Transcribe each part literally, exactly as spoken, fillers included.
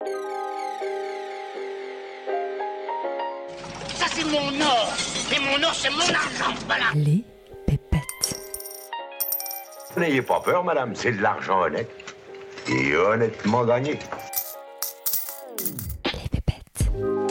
Ça, c'est mon or. Et mon or, c'est mon argent. Voilà. Les pépettes. N'ayez pas peur, madame. C'est de l'argent honnête. Et honnêtement gagné. Les pépettes.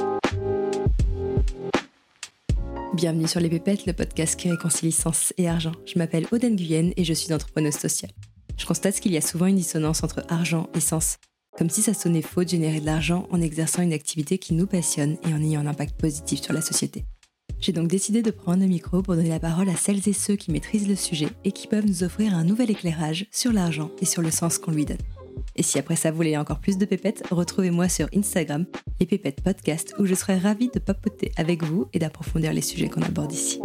Bienvenue sur Les Pépettes, le podcast qui réconcilie sens et argent. Je m'appelle Aude Nguyen et je suis entrepreneuse sociale. Je constate qu'il y a souvent une dissonance entre argent et sens. Comme si ça sonnait faux de générer de l'argent en exerçant une activité qui nous passionne et en ayant un impact positif sur la société. J'ai donc décidé de prendre le micro pour donner la parole à celles et ceux qui maîtrisent le sujet et qui peuvent nous offrir un nouvel éclairage sur l'argent et sur le sens qu'on lui donne. Et si après ça vous voulez encore plus de pépettes, retrouvez-moi sur Instagram, les Pépettes Podcast, où je serai ravie de papoter avec vous et d'approfondir les sujets qu'on aborde ici.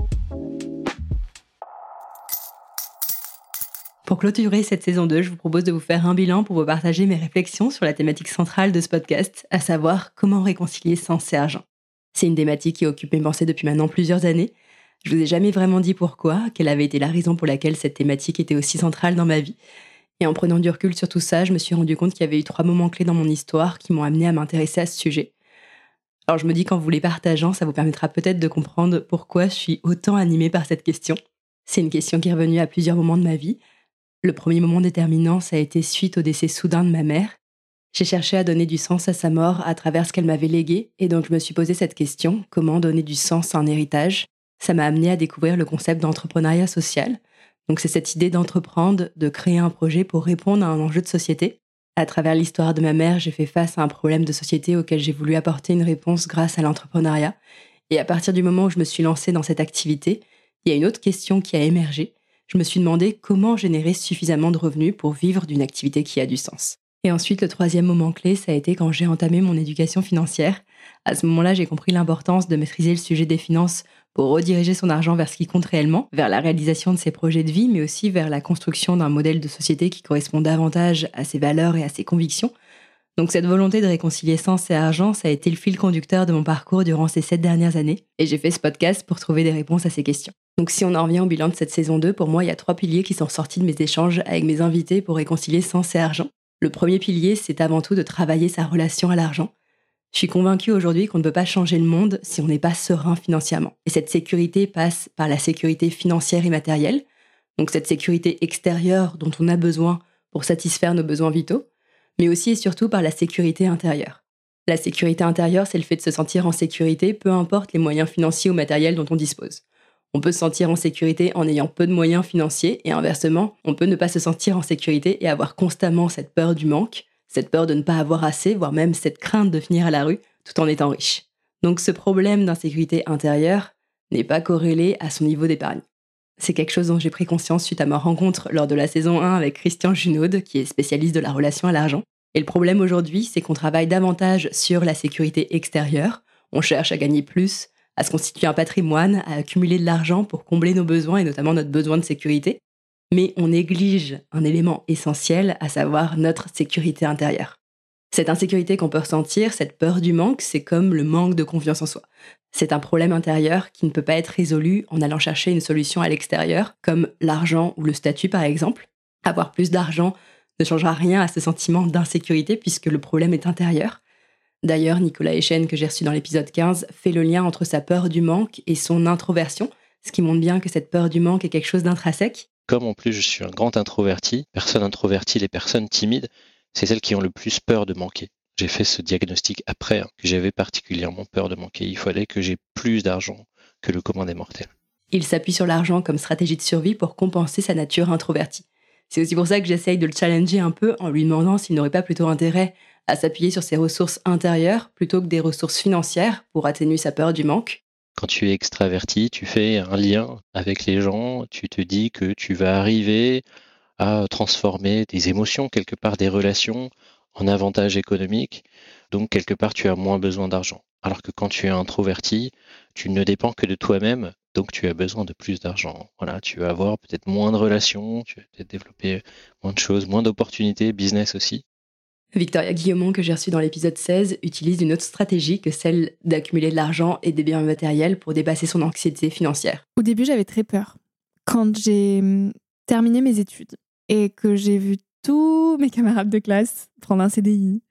Pour clôturer cette saison deux, je vous propose de vous faire un bilan pour vous partager mes réflexions sur la thématique centrale de ce podcast, à savoir comment réconcilier sens et argent. C'est une thématique qui occupe mes pensées depuis maintenant plusieurs années. Je vous ai jamais vraiment dit pourquoi, quelle avait été la raison pour laquelle cette thématique était aussi centrale dans ma vie. Et en prenant du recul sur tout ça, je me suis rendu compte qu'il y avait eu trois moments clés dans mon histoire qui m'ont amené à m'intéresser à ce sujet. Alors je me dis qu'en vous les partageant, ça vous permettra peut-être de comprendre pourquoi je suis autant animée par cette question. C'est une question qui est revenue à plusieurs moments de ma vie. Le premier moment déterminant, ça a été suite au décès soudain de ma mère. J'ai cherché à donner du sens à sa mort à travers ce qu'elle m'avait légué, et donc je me suis posé cette question, comment donner du sens à un héritage ? Ça m'a amené à découvrir le concept d'entrepreneuriat social. Donc c'est cette idée d'entreprendre, de créer un projet pour répondre à un enjeu de société. À travers l'histoire de ma mère, j'ai fait face à un problème de société auquel j'ai voulu apporter une réponse grâce à l'entrepreneuriat. Et à partir du moment où je me suis lancée dans cette activité, il y a une autre question qui a émergé. Je me suis demandé comment générer suffisamment de revenus pour vivre d'une activité qui a du sens. Et ensuite, le troisième moment clé, ça a été quand j'ai entamé mon éducation financière. À ce moment-là, j'ai compris l'importance de maîtriser le sujet des finances pour rediriger son argent vers ce qui compte réellement, vers la réalisation de ses projets de vie, mais aussi vers la construction d'un modèle de société qui correspond davantage à ses valeurs et à ses convictions. Donc cette volonté de réconcilier sens et argent, ça a été le fil conducteur de mon parcours durant ces sept dernières années. Et j'ai fait ce podcast pour trouver des réponses à ces questions. Donc si on en revient au bilan de cette saison deux, pour moi, il y a trois piliers qui sont sortis de mes échanges avec mes invités pour réconcilier sens et argent. Le premier pilier, c'est avant tout de travailler sa relation à l'argent. Je suis convaincue aujourd'hui qu'on ne peut pas changer le monde si on n'est pas serein financièrement. Et cette sécurité passe par la sécurité financière et matérielle, donc cette sécurité extérieure dont on a besoin pour satisfaire nos besoins vitaux, mais aussi et surtout par la sécurité intérieure. La sécurité intérieure, c'est le fait de se sentir en sécurité, peu importe les moyens financiers ou matériels dont on dispose. On peut se sentir en sécurité en ayant peu de moyens financiers, et inversement, on peut ne pas se sentir en sécurité et avoir constamment cette peur du manque, cette peur de ne pas avoir assez, voire même cette crainte de finir à la rue, tout en étant riche. Donc ce problème d'insécurité intérieure n'est pas corrélé à son niveau d'épargne. C'est quelque chose dont j'ai pris conscience suite à ma rencontre lors de la saison un avec Christian Junod, qui est spécialiste de la relation à l'argent. Et le problème aujourd'hui, c'est qu'on travaille davantage sur la sécurité extérieure. On cherche à gagner plus, à se constituer un patrimoine, à accumuler de l'argent pour combler nos besoins, et notamment notre besoin de sécurité. Mais on néglige un élément essentiel, à savoir notre sécurité intérieure. Cette insécurité qu'on peut ressentir, cette peur du manque, c'est comme le manque de confiance en soi. C'est un problème intérieur qui ne peut pas être résolu en allant chercher une solution à l'extérieur, comme l'argent ou le statut par exemple. Avoir plus d'argent ne changera rien à ce sentiment d'insécurité puisque le problème est intérieur. D'ailleurs, Nicolas Echen, que j'ai reçu dans l'épisode quinze, fait le lien entre sa peur du manque et son introversion, ce qui montre bien que cette peur du manque est quelque chose d'intrinsèque. Comme en plus je suis un grand introverti, personnes introverties, les personnes timides, c'est celles qui ont le plus peur de manquer. J'ai fait ce diagnostic après, hein, que j'avais particulièrement peur de manquer. Il fallait que j'ai plus d'argent que le commun des mortels. Il s'appuie sur l'argent comme stratégie de survie pour compenser sa nature introvertie. C'est aussi pour ça que j'essaye de le challenger un peu en lui demandant s'il n'aurait pas plutôt intérêt à s'appuyer sur ses ressources intérieures plutôt que des ressources financières pour atténuer sa peur du manque. Quand tu es extraverti, tu fais un lien avec les gens, tu te dis que tu vas arriver à transformer des émotions, quelque part des relations, en avantages économiques. Donc, quelque part, tu as moins besoin d'argent. Alors que quand tu es introverti, tu ne dépends que de toi-même, donc tu as besoin de plus d'argent. Voilà, tu vas avoir peut-être moins de relations, tu vas peut-être développer moins de choses, moins d'opportunités, business aussi. Victoria Guillaumont, que j'ai reçue dans l'épisode seize, utilise une autre stratégie que celle d'accumuler de l'argent et des biens matériels pour dépasser son anxiété financière. Au début, j'avais très peur. Quand j'ai terminé mes études et que j'ai vu tous mes camarades de classe prendre un C D I,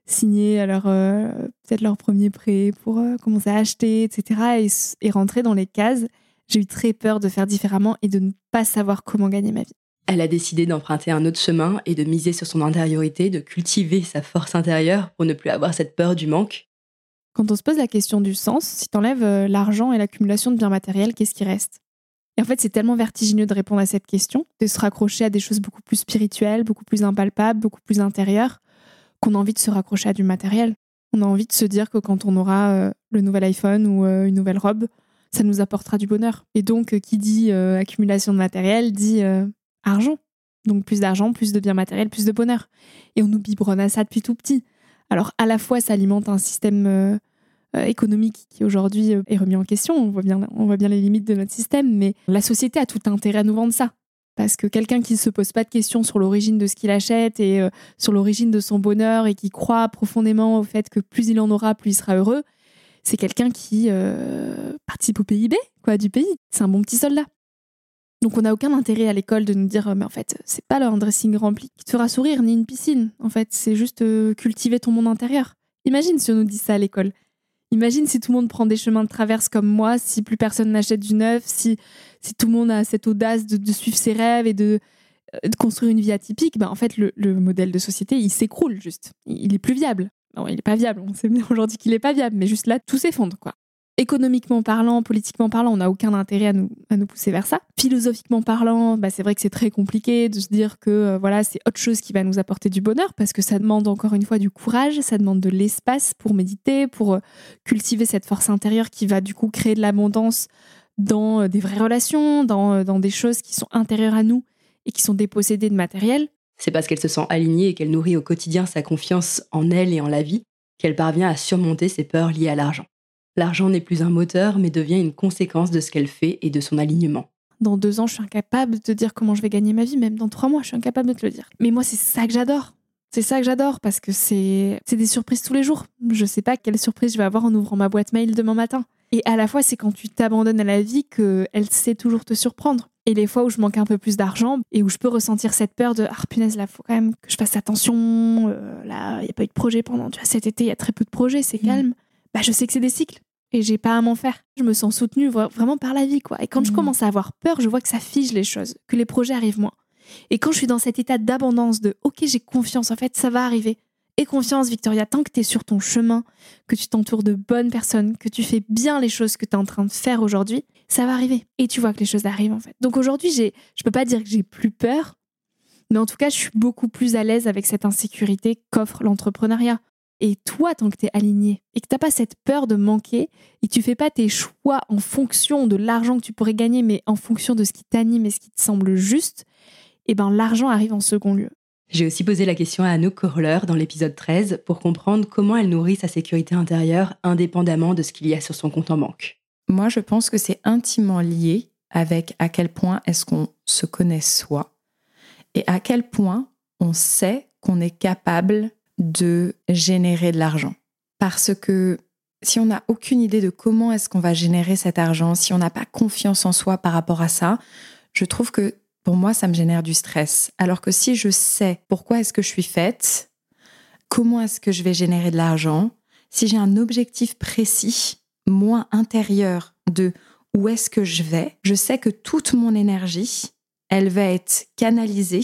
signer leur, euh, peut-être leur premier prêt pour euh, commencer à acheter, et cetera. Et, et rentrer dans les cases. J'ai eu très peur de faire différemment et de ne pas savoir comment gagner ma vie. Elle a décidé d'emprunter un autre chemin et de miser sur son intériorité, de cultiver sa force intérieure pour ne plus avoir cette peur du manque. Quand on se pose la question du sens, si t'enlèves euh, l'argent et l'accumulation de biens matériels, qu'est-ce qui reste ? Et en fait, c'est tellement vertigineux de répondre à cette question, de se raccrocher à des choses beaucoup plus spirituelles, beaucoup plus impalpables, beaucoup plus intérieures, qu'on a envie de se raccrocher à du matériel. On a envie de se dire que quand on aura euh, le nouvel iPhone ou euh, une nouvelle robe, ça nous apportera du bonheur. Et donc, euh, qui dit euh, accumulation de matériel, dit euh, argent. Donc, plus d'argent, plus de biens matériels, plus de bonheur. Et on nous biberonne à ça depuis tout petit. Alors, à la fois, ça alimente un système euh, euh, économique qui, aujourd'hui, euh, est remis en question. On voit bien, on voit bien les limites de notre système, mais la société a tout intérêt à nous vendre ça. Parce que quelqu'un qui ne se pose pas de questions sur l'origine de ce qu'il achète et euh, sur l'origine de son bonheur et qui croit profondément au fait que plus il en aura, plus il sera heureux, c'est quelqu'un qui euh, participe au P I B quoi, du pays. C'est un bon petit soldat. Donc on n'a aucun intérêt à l'école de nous dire mais en fait, c'est pas un dressing rempli qui te fera sourire, ni une piscine. En fait, c'est juste euh, cultiver ton monde intérieur. Imagine si on nous dit ça à l'école. Imagine si tout le monde prend des chemins de traverse comme moi, si plus personne n'achète du neuf, si, si tout le monde a cette audace de, de suivre ses rêves et de, de construire une vie atypique, ben en fait, le, le modèle de société, il s'écroule juste. Il est plus viable. Non, il n'est pas viable. On sait bien aujourd'hui qu'il n'est pas viable, mais juste là, tout s'effondre, quoi. Économiquement parlant, politiquement parlant, on n'a aucun intérêt à nous, à nous pousser vers ça. Philosophiquement parlant, bah c'est vrai que c'est très compliqué de se dire que euh, voilà, c'est autre chose qui va nous apporter du bonheur parce que ça demande encore une fois du courage, ça demande de l'espace pour méditer, pour euh, cultiver cette force intérieure qui va du coup créer de l'abondance dans euh, des vraies relations, dans, euh, dans des choses qui sont intérieures à nous et qui sont dépossédées de matériel. C'est parce qu'elle se sent alignée et qu'elle nourrit au quotidien sa confiance en elle et en la vie qu'elle parvient à surmonter ses peurs liées à l'argent. L'argent n'est plus un moteur, mais devient une conséquence de ce qu'elle fait et de son alignement. Dans deux ans, je suis incapable de te dire comment je vais gagner ma vie. Même dans trois mois, je suis incapable de te le dire. Mais moi, c'est ça que j'adore. C'est ça que j'adore parce que c'est, c'est des surprises tous les jours. Je sais pas quelle surprise je vais avoir en ouvrant ma boîte mail demain matin. Et à la fois, c'est quand tu t'abandonnes à la vie qu'elle sait toujours te surprendre. Et les fois où je manque un peu plus d'argent et où je peux ressentir cette peur de « Ah, punaise, là, faut quand même que je fasse attention. Euh, là, il n'y a pas eu de projet pendant... Tu vois, cet été, il y a très peu de projets, c'est calme. Mmh. » Bah, je sais que c'est des cycles. Et j'ai pas à m'en faire. Je me sens soutenue vraiment par la vie, quoi. Et quand mmh. je commence à avoir peur, je vois que ça fige les choses, que les projets arrivent moins. Et quand je suis dans cet état d'abondance de « Ok, j'ai confiance, en fait, ça va arriver. » Et confiance, Victoria, tant que t'es sur ton chemin, que tu t'entoures de bonnes personnes, que tu fais bien les choses que t'es en train de faire aujourd'hui, ça va arriver. Et tu vois que les choses arrivent, en fait. Donc aujourd'hui, j'ai, je peux pas dire que j'ai plus peur, mais en tout cas, je suis beaucoup plus à l'aise avec cette insécurité qu'offre l'entrepreneuriat. Et toi, tant que t'es aligné et que t'as pas cette peur de manquer et que tu fais pas tes choix en fonction de l'argent que tu pourrais gagner, mais en fonction de ce qui t'anime et ce qui te semble juste, eh ben l'argent arrive en second lieu. J'ai aussi posé la question à Anouk Korler dans l'épisode treize pour comprendre comment elle nourrit sa sécurité intérieure indépendamment de ce qu'il y a sur son compte en banque. Moi, je pense que c'est intimement lié avec à quel point est-ce qu'on se connaît soi et à quel point on sait qu'on est capable de générer de l'argent. Parce que si on n'a aucune idée de comment est-ce qu'on va générer cet argent, si on n'a pas confiance en soi par rapport à ça, je trouve que pour moi, ça me génère du stress. Alors que si je sais pourquoi est-ce que je suis faite, comment est-ce que je vais générer de l'argent, si j'ai un objectif précis, moi intérieur de où est-ce que je vais, je sais que toute mon énergie, elle va être canalisée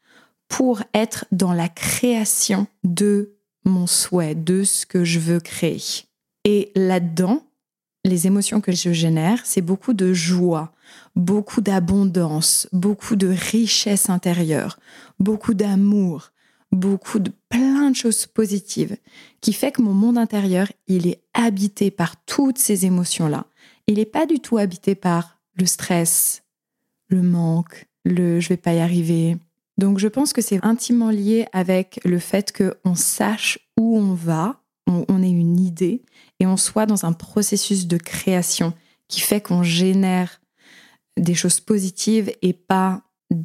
pour être dans la création de mon souhait, de ce que je veux créer. Et là-dedans, les émotions que je génère, c'est beaucoup de joie, beaucoup d'abondance, beaucoup de richesse intérieure, beaucoup d'amour, beaucoup de plein de choses positives, qui fait que mon monde intérieur, il est habité par toutes ces émotions-là. Il n'est pas du tout habité par le stress, le manque, le « je vais pas y arriver ». Donc je pense que c'est intimement lié avec le fait qu'on sache où on va, on, on ait une idée et on soit dans un processus de création qui fait qu'on génère des choses positives et pas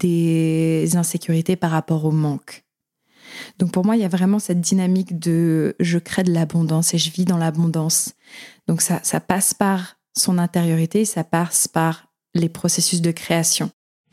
des insécurités par rapport au manque. Donc pour moi, il y a vraiment cette dynamique de je crée de l'abondance et je vis dans l'abondance. Donc ça, ça passe par son intériorité, ça passe par les processus de création.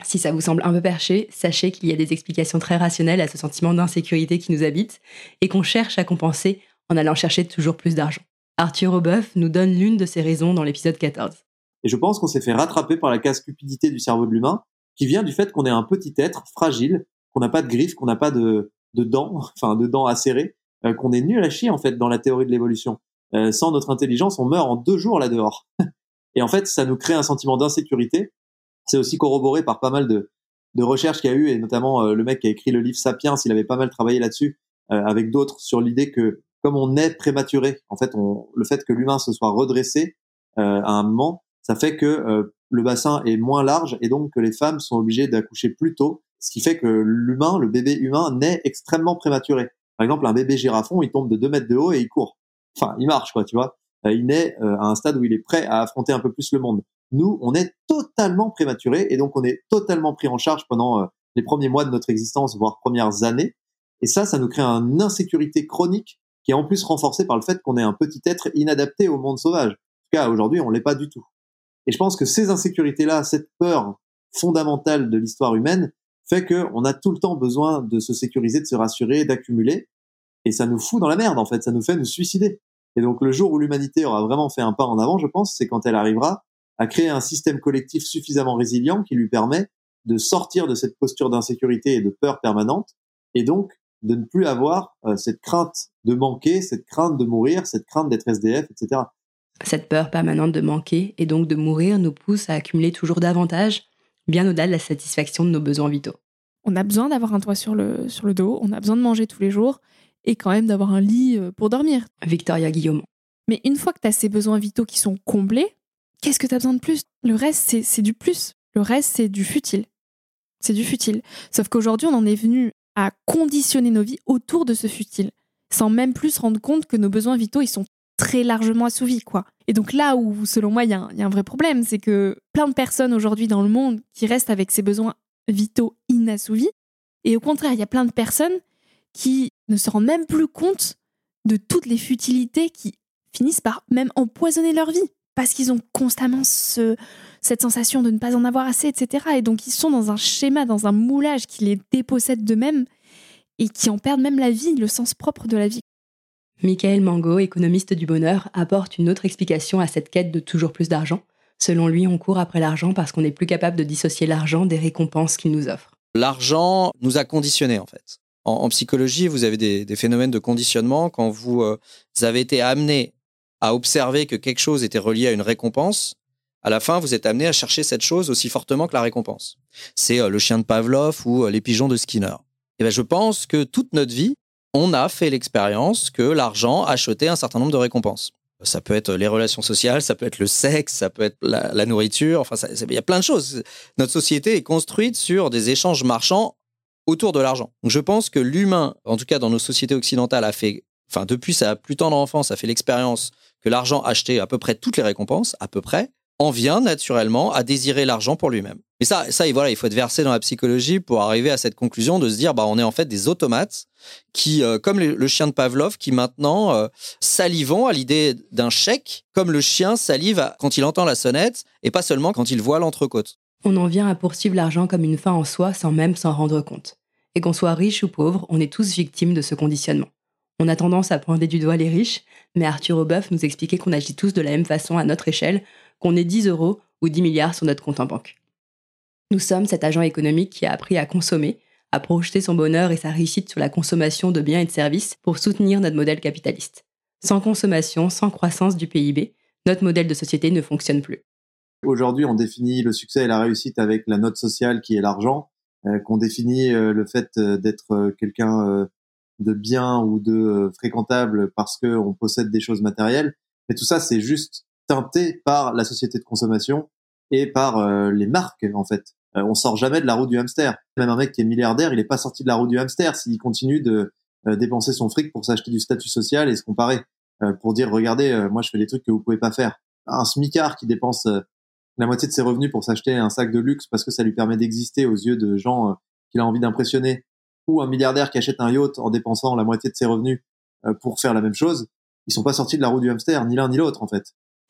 Si ça vous semble un peu perché, sachez qu'il y a des explications très rationnelles à ce sentiment d'insécurité qui nous habite et qu'on cherche à compenser en allant chercher toujours plus d'argent. Arthur Aubeuf nous donne l'une de ces raisons dans l'épisode quatorze. Et je pense qu'on s'est fait rattraper par la casse-cupidité du cerveau de l'humain, qui vient du fait qu'on est un petit être fragile, qu'on n'a pas de griffes, qu'on n'a pas de, de dents, enfin de dents acérées, euh, qu'on est nul à chier en fait dans la théorie de l'évolution. Euh, sans notre intelligence, on meurt en deux jours là dehors. Et en fait, ça nous crée un sentiment d'insécurité. C'est aussi corroboré par pas mal de, de recherches qu'il y a eu, et notamment euh, le mec qui a écrit le livre Sapiens, il avait pas mal travaillé là-dessus, euh, avec d'autres, sur l'idée que comme on est prématuré, en fait, on, le fait que l'humain se soit redressé euh, à un moment, ça fait que euh, le bassin est moins large et donc que les femmes sont obligées d'accoucher plus tôt, ce qui fait que l'humain, le bébé humain, naît extrêmement prématuré. Par exemple, un bébé girafon, il tombe de deux mètres de haut et il court. Enfin, il marche, quoi, tu vois. Euh, il naît euh, à un stade où il est prêt à affronter un peu plus le monde. Nous, on est totalement prématuré et donc on est totalement pris en charge pendant euh, les premiers mois de notre existence, voire premières années. Et ça, ça nous crée une insécurité chronique qui est en plus renforcée par le fait qu'on est un petit être inadapté au monde sauvage. En tout cas, aujourd'hui, on l'est pas du tout. Et je pense que ces insécurités-là, cette peur fondamentale de l'histoire humaine, fait qu'on a tout le temps besoin de se sécuriser, de se rassurer, d'accumuler. Et ça nous fout dans la merde, en fait. Ça nous fait nous suicider. Et donc, le jour où l'humanité aura vraiment fait un pas en avant, je pense, c'est quand elle arrivera à créer un système collectif suffisamment résilient qui lui permet de sortir de cette posture d'insécurité et de peur permanente, et donc de ne plus avoir euh, cette crainte de manquer, cette crainte de mourir, cette crainte d'être S D F, et cetera. Cette peur permanente de manquer et donc de mourir nous pousse à accumuler toujours davantage, bien au-delà de la satisfaction de nos besoins vitaux. On a besoin d'avoir un toit sur le, sur le dos, on a besoin de manger tous les jours et quand même d'avoir un lit pour dormir. Victoria Guillaume. Mais une fois que tu as ces besoins vitaux qui sont comblés, qu'est-ce que tu as besoin de plus ? Le reste, c'est, c'est du plus. Le reste, c'est du futile. C'est du futile. Sauf qu'aujourd'hui, on en est venu à conditionner nos vies autour de ce futile, sans même plus se rendre compte que nos besoins vitaux, ils sont très largement assouvis, quoi. Et donc là où, selon moi, il y, y a un vrai problème, c'est que plein de personnes aujourd'hui dans le monde qui restent avec ces besoins vitaux inassouvis, et au contraire, il y a plein de personnes qui ne se rendent même plus compte de toutes les futilités qui finissent par même empoisonner leur vie, parce qu'ils ont constamment ce, cette sensation de ne pas en avoir assez, et cetera. Et donc ils sont dans un schéma, dans un moulage qui les dépossède d'eux-mêmes et qui en perdent même la vie, le sens propre de la vie. Michael Mango, économiste du bonheur, apporte une autre explication à cette quête de toujours plus d'argent. Selon lui, on court après l'argent parce qu'on n'est plus capable de dissocier l'argent des récompenses qu'il nous offre. L'argent nous a conditionnés, en fait. En, en psychologie, vous avez des, des phénomènes de conditionnement. Quand vous, euh, vous avez été amené à observer que quelque chose était relié à une récompense, à la fin, vous êtes amené à chercher cette chose aussi fortement que la récompense. C'est euh, le chien de Pavlov ou euh, les pigeons de Skinner. Et ben, je pense que toute notre vie, on a fait l'expérience que l'argent achetait un certain nombre de récompenses. Ça peut être les relations sociales, ça peut être le sexe, ça peut être la, la nourriture, enfin, ça, ça, il y a plein de choses. Notre société est construite sur des échanges marchands autour de l'argent. Donc, je pense que l'humain, en tout cas dans nos sociétés occidentales, a fait, enfin, depuis sa plus tendre enfance, a fait l'expérience que l'argent achetait à peu près toutes les récompenses, à peu près, en vient naturellement à désirer l'argent pour lui-même. Mais ça, ça, et voilà, il faut être versé dans la psychologie pour arriver à cette conclusion de se dire, bah, on est en fait des automates qui, euh, comme le, le chien de Pavlov, qui maintenant euh, salivons à l'idée d'un chèque, comme le chien salive à, quand il entend la sonnette, et pas seulement quand il voit l'entrecôte. On en vient à poursuivre l'argent comme une fin en soi sans même s'en rendre compte. Et qu'on soit riche ou pauvre, on est tous victimes de ce conditionnement. On a tendance à pointer du doigt les riches, mais Arthur Aubeuf nous expliquait qu'on agit tous de la même façon à notre échelle, qu'on ait dix euros ou dix milliards sur notre compte en banque. Nous sommes cet agent économique qui a appris à consommer, à projeter son bonheur et sa réussite sur la consommation de biens et de services pour soutenir notre modèle capitaliste. Sans consommation, sans croissance du P I B, notre modèle de société ne fonctionne plus. Aujourd'hui, on définit le succès et la réussite avec la note sociale qui est l'argent, euh, qu'on définit euh, le fait euh, d'être euh, quelqu'un euh, de bien ou de euh, fréquentable parce qu'on possède des choses matérielles. Mais tout ça, c'est juste teinté par la société de consommation et par euh, les marques, en fait. Euh, on sort jamais de la roue du hamster. Même un mec qui est milliardaire, il est pas sorti de la roue du hamster s'il continue de euh, dépenser son fric pour s'acheter du statut social et se comparer, euh, pour dire, regardez, euh, moi je fais des trucs que vous pouvez pas faire. Un smicard qui dépense euh, la moitié de ses revenus pour s'acheter un sac de luxe parce que ça lui permet d'exister aux yeux de gens euh, qu'il a envie d'impressionner, ou un milliardaire qui achète un yacht en dépensant la moitié de ses revenus euh, pour faire la même chose, ils sont pas sortis de la roue du hamster, ni l'un ni l'autre, en fait.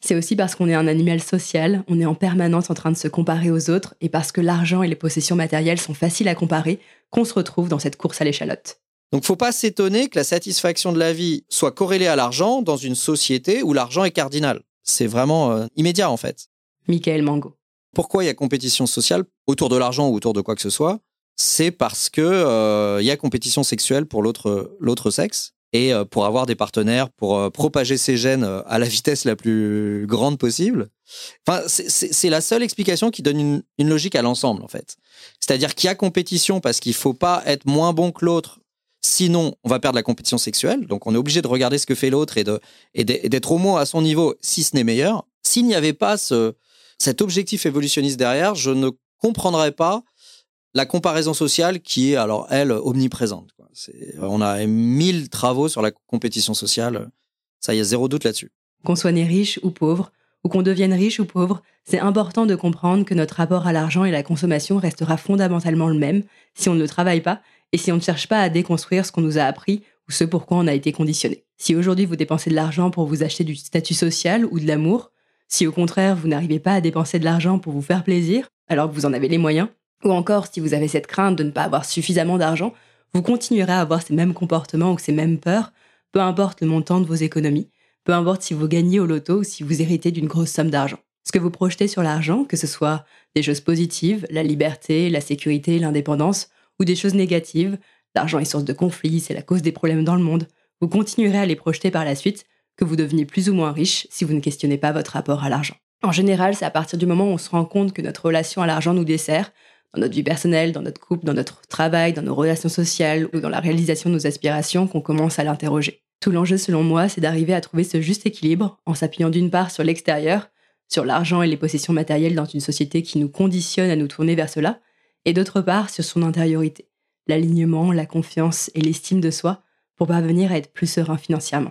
C'est aussi parce qu'on est un animal social, on est en permanence en train de se comparer aux autres, et parce que l'argent et les possessions matérielles sont faciles à comparer, qu'on se retrouve dans cette course à l'échalote. Donc, faut pas s'étonner que la satisfaction de la vie soit corrélée à l'argent dans une société où l'argent est cardinal. C'est vraiment euh, immédiat, en fait. Michael Mango. Pourquoi il y a compétition sociale autour de l'argent ou autour de quoi que ce soit? C'est parce que euh, il y a compétition sexuelle pour l'autre, l'autre sexe et euh, pour avoir des partenaires, pour euh, propager ses gènes euh, à la vitesse la plus grande possible. Enfin, c'est, c'est, c'est la seule explication qui donne une, une logique à l'ensemble, en fait. C'est-à-dire qu'il y a compétition parce qu'il faut pas être moins bon que l'autre. Sinon, on va perdre la compétition sexuelle. Donc, on est obligé de regarder ce que fait l'autre et, de, et d'être au moins à son niveau, si ce n'est meilleur. S'il n'y avait pas ce, cet objectif évolutionniste derrière, je ne comprendrais pas la comparaison sociale qui est, alors, elle, omniprésente. Quoi. C'est, on a mille travaux sur la compétition sociale. Ça, il y a zéro doute là-dessus. Qu'on soit né riche ou pauvre, ou qu'on devienne riche ou pauvre, c'est important de comprendre que notre rapport à l'argent et la consommation restera fondamentalement le même si on ne le travaille pas et si on ne cherche pas à déconstruire ce qu'on nous a appris ou ce pourquoi on a été conditionné. Si aujourd'hui vous dépensez de l'argent pour vous acheter du statut social ou de l'amour, si au contraire vous n'arrivez pas à dépenser de l'argent pour vous faire plaisir, alors que vous en avez les moyens, ou encore si vous avez cette crainte de ne pas avoir suffisamment d'argent, vous continuerez à avoir ces mêmes comportements ou ces mêmes peurs, peu importe le montant de vos économies, peu importe si vous gagnez au loto ou si vous héritez d'une grosse somme d'argent. Ce que vous projetez sur l'argent, que ce soit des choses positives, la liberté, la sécurité, l'indépendance, ou des choses négatives, l'argent est source de conflits, c'est la cause des problèmes dans le monde, vous continuerez à les projeter par la suite, que vous deveniez plus ou moins riche si vous ne questionnez pas votre rapport à l'argent. En général, c'est à partir du moment où on se rend compte que notre relation à l'argent nous dessert, dans notre vie personnelle, dans notre couple, dans notre travail, dans nos relations sociales ou dans la réalisation de nos aspirations qu'on commence à l'interroger. Tout l'enjeu, selon moi, c'est d'arriver à trouver ce juste équilibre en s'appuyant d'une part sur l'extérieur, sur l'argent et les possessions matérielles dans une société qui nous conditionne à nous tourner vers cela, et d'autre part sur son intériorité, l'alignement, la confiance et l'estime de soi pour parvenir à être plus serein financièrement.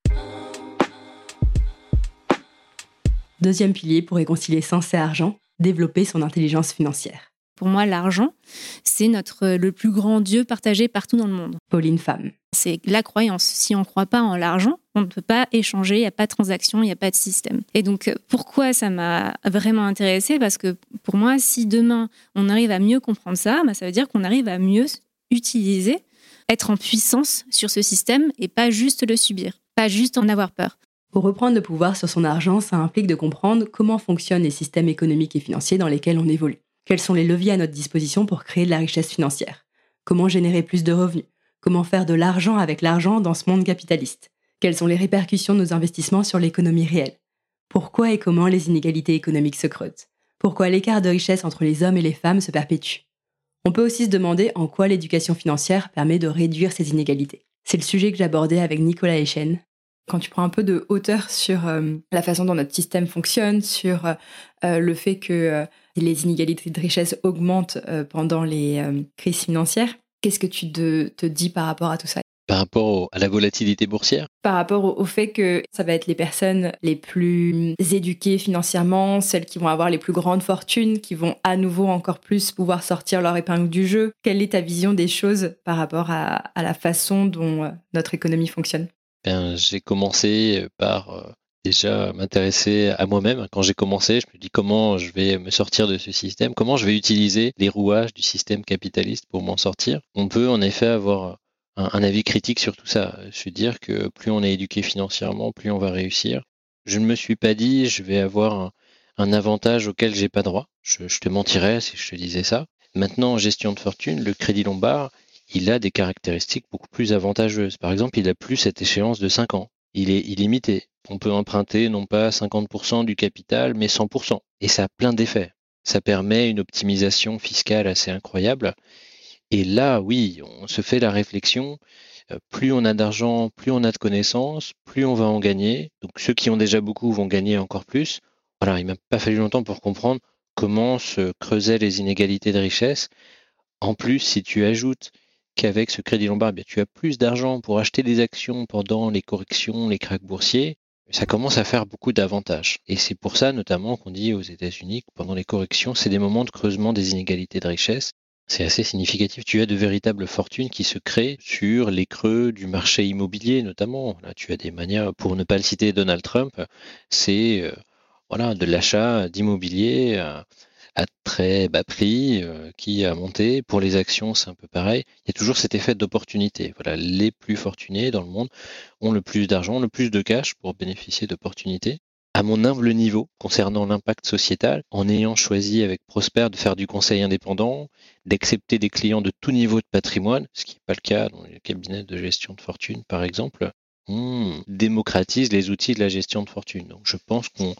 Deuxième pilier pour réconcilier sens et argent, développer son intelligence financière. Pour moi, l'argent, c'est notre, le plus grand Dieu partagé partout dans le monde. Pauline Pham. C'est la croyance. Si on ne croit pas en l'argent, on ne peut pas échanger, il n'y a pas de transaction, il n'y a pas de système. Et donc, pourquoi ça m'a vraiment intéressée? Parce que pour moi, si demain, on arrive à mieux comprendre ça, bah, ça veut dire qu'on arrive à mieux utiliser, être en puissance sur ce système et pas juste le subir, pas juste en avoir peur. Pour reprendre le pouvoir sur son argent, ça implique de comprendre comment fonctionnent les systèmes économiques et financiers dans lesquels on évolue. Quels sont les leviers à notre disposition pour créer de la richesse financière? Comment générer plus de revenus? Comment faire de l'argent avec l'argent dans ce monde capitaliste? Quelles sont les répercussions de nos investissements sur l'économie réelle? Pourquoi et comment les inégalités économiques se creusent? Pourquoi l'écart de richesse entre les hommes et les femmes se perpétue? On peut aussi se demander en quoi l'éducation financière permet de réduire ces inégalités. C'est le sujet que j'abordais avec Nicolas Echen. Quand tu prends un peu de hauteur sur euh, la façon dont notre système fonctionne, sur euh, le fait que euh, les inégalités de richesse augmentent euh, pendant les euh, crises financières, qu'est-ce que tu te, te dis par rapport à tout ça? Par rapport au, à la volatilité boursière? Par rapport au, au fait que ça va être les personnes les plus éduquées financièrement, celles qui vont avoir les plus grandes fortunes, qui vont à nouveau encore plus pouvoir sortir leur épingle du jeu. Quelle est ta vision des choses par rapport à, à la façon dont euh, notre économie fonctionne? Ben, j'ai commencé par euh, déjà m'intéresser à moi-même. Quand j'ai commencé, je me dis comment je vais me sortir de ce système, comment je vais utiliser les rouages du système capitaliste pour m'en sortir. On peut en effet avoir un, un avis critique sur tout ça. Se dire que plus on est éduqué financièrement, plus on va réussir. Je ne me suis pas dit je vais avoir un, un avantage auquel j'ai pas droit. Je, je te mentirais si je te disais ça. Maintenant, en gestion de fortune, le Crédit Lombard, il a des caractéristiques beaucoup plus avantageuses. Par exemple, il n'a plus cette échéance de cinq ans. Il est illimité. On peut emprunter non pas cinquante pour cent du capital, mais cent pour cent. Et ça a plein d'effets. Ça permet une optimisation fiscale assez incroyable. Et là, oui, on se fait la réflexion. Plus on a d'argent, plus on a de connaissances, plus on va en gagner. Donc ceux qui ont déjà beaucoup vont gagner encore plus. Voilà, il m'a pas fallu longtemps pour comprendre comment se creusaient les inégalités de richesse. En plus, si tu ajoutes qu'avec ce Crédit Lombard, bien, tu as plus d'argent pour acheter des actions pendant les corrections, les cracks boursiers, ça commence à faire beaucoup d'avantages. Et c'est pour ça notamment qu'on dit aux États-Unis que pendant les corrections, c'est des moments de creusement des inégalités de richesse. C'est assez significatif. Tu as de véritables fortunes qui se créent sur les creux du marché immobilier notamment. Là, tu as des manières, pour ne pas le citer Donald Trump, c'est voilà, de l'achat d'immobilier à, à très bas prix euh, qui a monté. Pour les actions, c'est un peu pareil. Il y a toujours cet effet d'opportunité. Voilà, les plus fortunés dans le monde ont le plus d'argent, le plus de cash pour bénéficier d'opportunités. À mon humble niveau, concernant l'impact sociétal, en ayant choisi avec Prosper de faire du conseil indépendant, d'accepter des clients de tout niveau de patrimoine, ce qui n'est pas le cas dans les cabinets de gestion de fortune, par exemple, on démocratise les outils de la gestion de fortune. Donc, je pense qu'on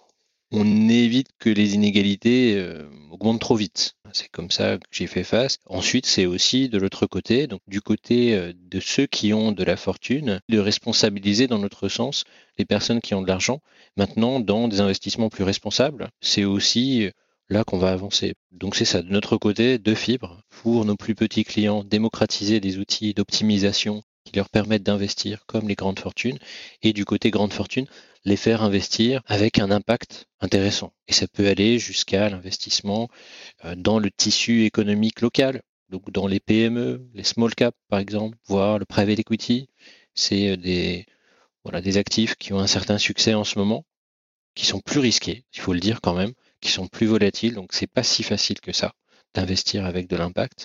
on évite que les inégalités euh, augmentent trop vite. C'est comme ça que j'ai fait face. Ensuite, c'est aussi de l'autre côté, donc du côté euh, de ceux qui ont de la fortune, de responsabiliser dans notre sens les personnes qui ont de l'argent. Maintenant, dans des investissements plus responsables, c'est aussi euh, là qu'on va avancer. Donc c'est ça, de notre côté, de fibres pour nos plus petits clients, démocratiser des outils d'optimisation qui leur permettent d'investir comme les grandes fortunes, et du côté grande fortune, les faire investir avec un impact intéressant. Et ça peut aller jusqu'à l'investissement dans le tissu économique local, donc dans les P M E, les small cap par exemple, voire le private equity. C'est des, voilà, des actifs qui ont un certain succès en ce moment, qui sont plus risqués, il faut le dire quand même, qui sont plus volatiles, donc c'est pas si facile que ça d'investir avec de l'impact,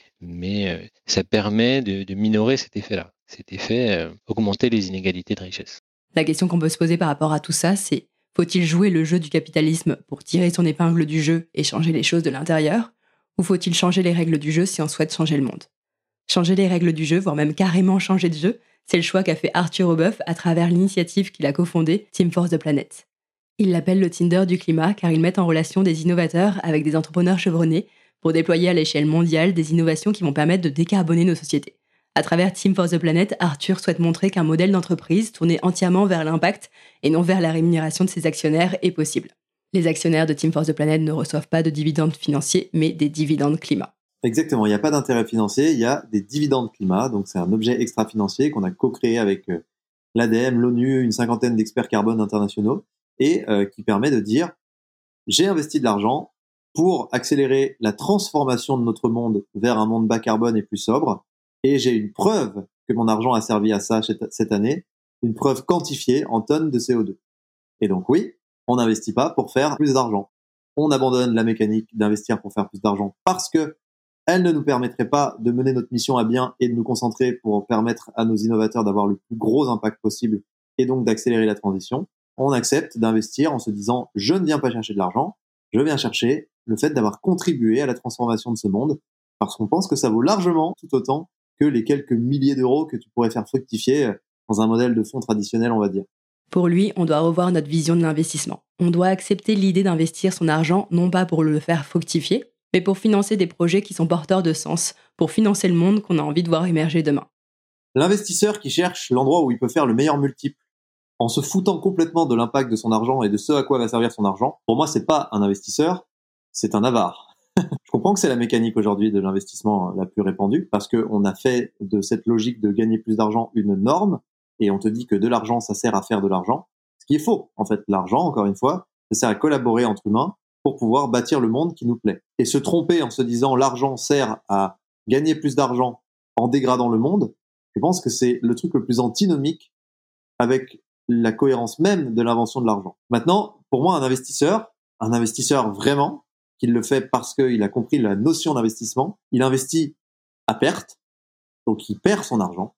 mais ça permet de, de minorer cet effet-là, cet effet euh, augmenter les inégalités de richesse. La question qu'on peut se poser par rapport à tout ça, c'est faut-il jouer le jeu du capitalisme pour tirer son épingle du jeu et changer les choses de l'intérieur, ou faut-il changer les règles du jeu si on souhaite changer le monde ? Changer les règles du jeu, voire même carrément changer de jeu, c'est le choix qu'a fait Arthur Aubeuf à travers l'initiative qu'il a cofondée, Team Force the Planet. Il l'appelle le Tinder du climat car il met en relation des innovateurs avec des entrepreneurs chevronnés pour déployer à l'échelle mondiale des innovations qui vont permettre de décarboner nos sociétés. À travers Team for the Planet, Arthur souhaite montrer qu'un modèle d'entreprise tourné entièrement vers l'impact et non vers la rémunération de ses actionnaires est possible. Les actionnaires de Team for the Planet ne reçoivent pas de dividendes financiers, mais des dividendes climat. Exactement, il n'y a pas d'intérêt financier, il y a des dividendes climat, donc c'est un objet extra-financier qu'on a co-créé avec l'A D M, l'ONU, une cinquantaine d'experts carbone internationaux, et euh, qui permet de dire « j'ai investi de l'argent pour accélérer la transformation de notre monde vers un monde bas carbone et plus sobre, et j'ai une preuve que mon argent a servi à ça cette année, une preuve quantifiée en tonnes de C O deux. Et donc oui, on n'investit pas pour faire plus d'argent. On abandonne la mécanique d'investir pour faire plus d'argent parce que elle ne nous permettrait pas de mener notre mission à bien et de nous concentrer pour permettre à nos innovateurs d'avoir le plus gros impact possible et donc d'accélérer la transition. On accepte d'investir en se disant « je ne viens pas chercher de l'argent, je viens chercher le fait d'avoir contribué à la transformation de ce monde parce qu'on pense que ça vaut largement tout autant que les quelques milliers d'euros que tu pourrais faire fructifier dans un modèle de fonds traditionnel, on va dire. » Pour lui, on doit revoir notre vision de l'investissement. On doit accepter l'idée d'investir son argent non pas pour le faire fructifier, mais pour financer des projets qui sont porteurs de sens, pour financer le monde qu'on a envie de voir émerger demain. L'investisseur qui cherche l'endroit où il peut faire le meilleur multiple, en se foutant complètement de l'impact de son argent et de ce à quoi va servir son argent, pour moi, c'est pas un investisseur, c'est un avare. Je comprends que c'est la mécanique aujourd'hui de l'investissement la plus répandue, parce qu'on a fait de cette logique de gagner plus d'argent une norme, et on te dit que de l'argent, ça sert à faire de l'argent, ce qui est faux. En fait, l'argent, encore une fois, ça sert à collaborer entre humains pour pouvoir bâtir le monde qui nous plaît. Et se tromper en se disant l'argent sert à gagner plus d'argent en dégradant le monde, je pense que c'est le truc le plus antinomique avec la cohérence même de l'invention de l'argent. Maintenant, pour moi, un investisseur, un investisseur vraiment, qui le fait parce qu'il a compris la notion d'investissement, il investit à perte, donc il perd son argent,